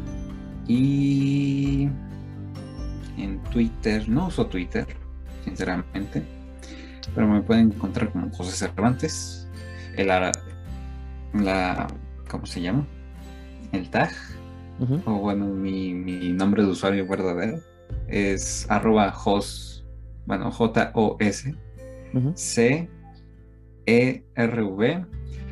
Y en Twitter, no uso Twitter, sinceramente, pero me pueden encontrar como José Cervantes. El, la, ¿Cómo se llama? El tag, Ujú, o bueno, mi nombre de usuario verdadero es @jos, bueno, JOS ujú. CERV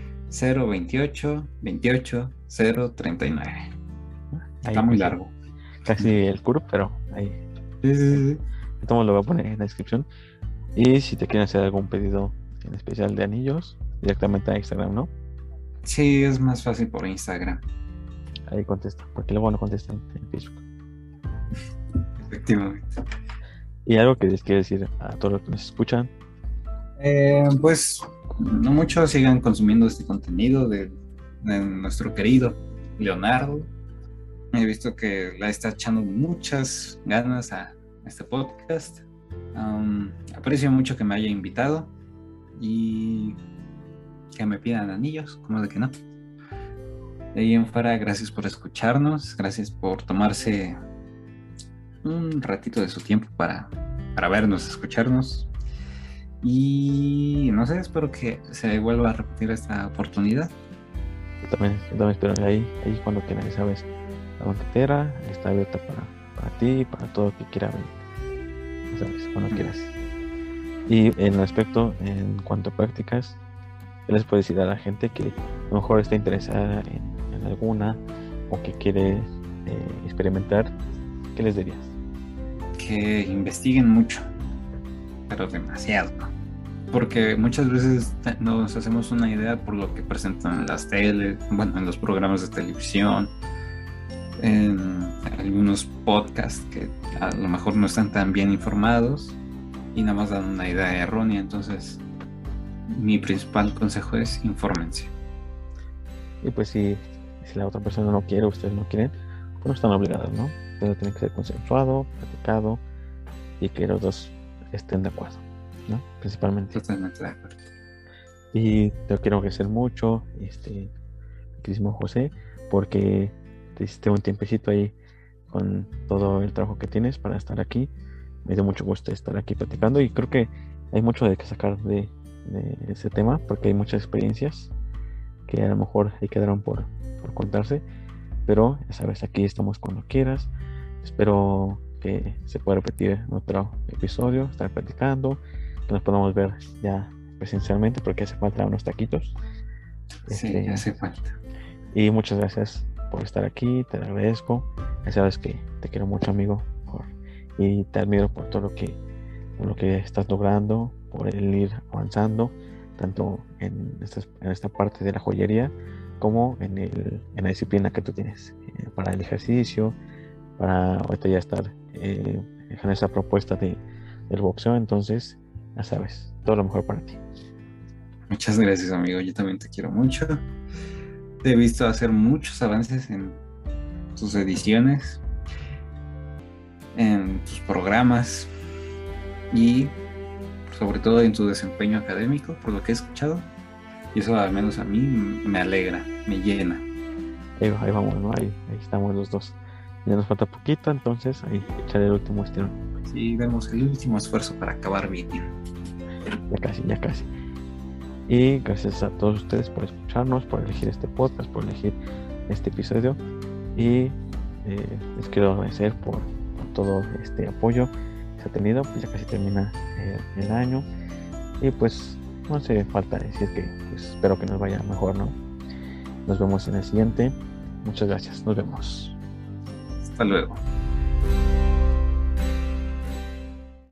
028 Ahí Está muy casi, largo. casi el curve, pero ahí. Sí, ahí. sí, sí. Entonces lo voy a poner en la descripción. Y si te quieren hacer algún pedido en especial de anillos, directamente a Instagram, ¿no? Sí, es más fácil por Instagram, Ahí contesta, porque luego no contestan en Facebook. efectivamente. Y algo que les quiero decir a todos los que nos escuchan, Pues no mucho sigan consumiendo este contenido de nuestro querido Leonardo. He visto que le está echando muchas ganas a este podcast. Aprecio mucho que me haya invitado y que me pidan anillos, como de que no. De ahí en fuera, gracias por escucharnos, gracias por tomarse un ratito de su tiempo para vernos, escucharnos. Y no sé, espero que se vuelva a repetir esta oportunidad. yo también espero ahí cuando quieran, ya sabes, la banquetera está abierta para ti, para todo el que quiera venir, ya sabes, cuando quieras. Y en respecto, en cuanto a prácticas, ¿qué les puedes decir a la gente que a lo mejor está interesada en alguna o que quiere experimentar? ¿Qué les dirías? Que investiguen mucho, pero demasiado. Porque muchas veces nos hacemos una idea por lo que presentan en las teles, bueno, en los programas de televisión, en algunos podcasts que a lo mejor no están tan bien informados y nada más dan una idea errónea. Entonces, mi principal consejo es infórmense. Y pues si la otra persona no quiere, ustedes no quieren, pues no están obligados, ¿no? Pero tiene que ser consensuado, platicado y que los dos estén de acuerdo, ¿no? Principalmente. Totalmente de acuerdo. Y te quiero agradecer mucho, queridísimo José, porque te hiciste un tiempecito ahí con todo el trabajo que tienes para estar aquí. Me dio mucho gusto estar aquí platicando y creo que hay mucho de que sacar de ese tema porque hay muchas experiencias que a lo mejor ahí quedaron por contarse, pero ya sabes, aquí estamos cuando quieras. Espero que se pueda repetir en otro episodio, estar platicando, que nos podamos ver ya presencialmente porque hace falta unos taquitos. Sí, hace falta. Y muchas gracias por estar aquí, te agradezco. Ya sabes que te quiero mucho, amigo, y te admiro por todo lo que estás logrando, por el ir avanzando, tanto en esta parte de la joyería como en la disciplina que tú tienes para el ejercicio, para ahorita ya estar en esa propuesta del boxeo. Entonces, ya sabes, todo lo mejor para ti. Muchas gracias, amigo. Yo también te quiero mucho. Te he visto hacer muchos avances en tus ediciones, en tus programas y sobre todo en tu desempeño académico, por lo que he escuchado. Y eso al menos a mí me alegra, me llena. ahí vamos, ¿no? Ahí estamos los dos. Ya nos falta poquito, entonces ahí echaré el último estirón. Sí, demos el último esfuerzo para acabar bien. Ya casi, ya casi. Y gracias a todos ustedes por escucharnos, por elegir este podcast, por elegir este episodio. Y les quiero agradecer por todo este apoyo que se ha tenido. Pues ya casi termina el año. Y pues no hace falta decir que pues, espero que nos vaya mejor, ¿no? Nos vemos en el siguiente. Muchas gracias. Nos vemos. Hasta luego.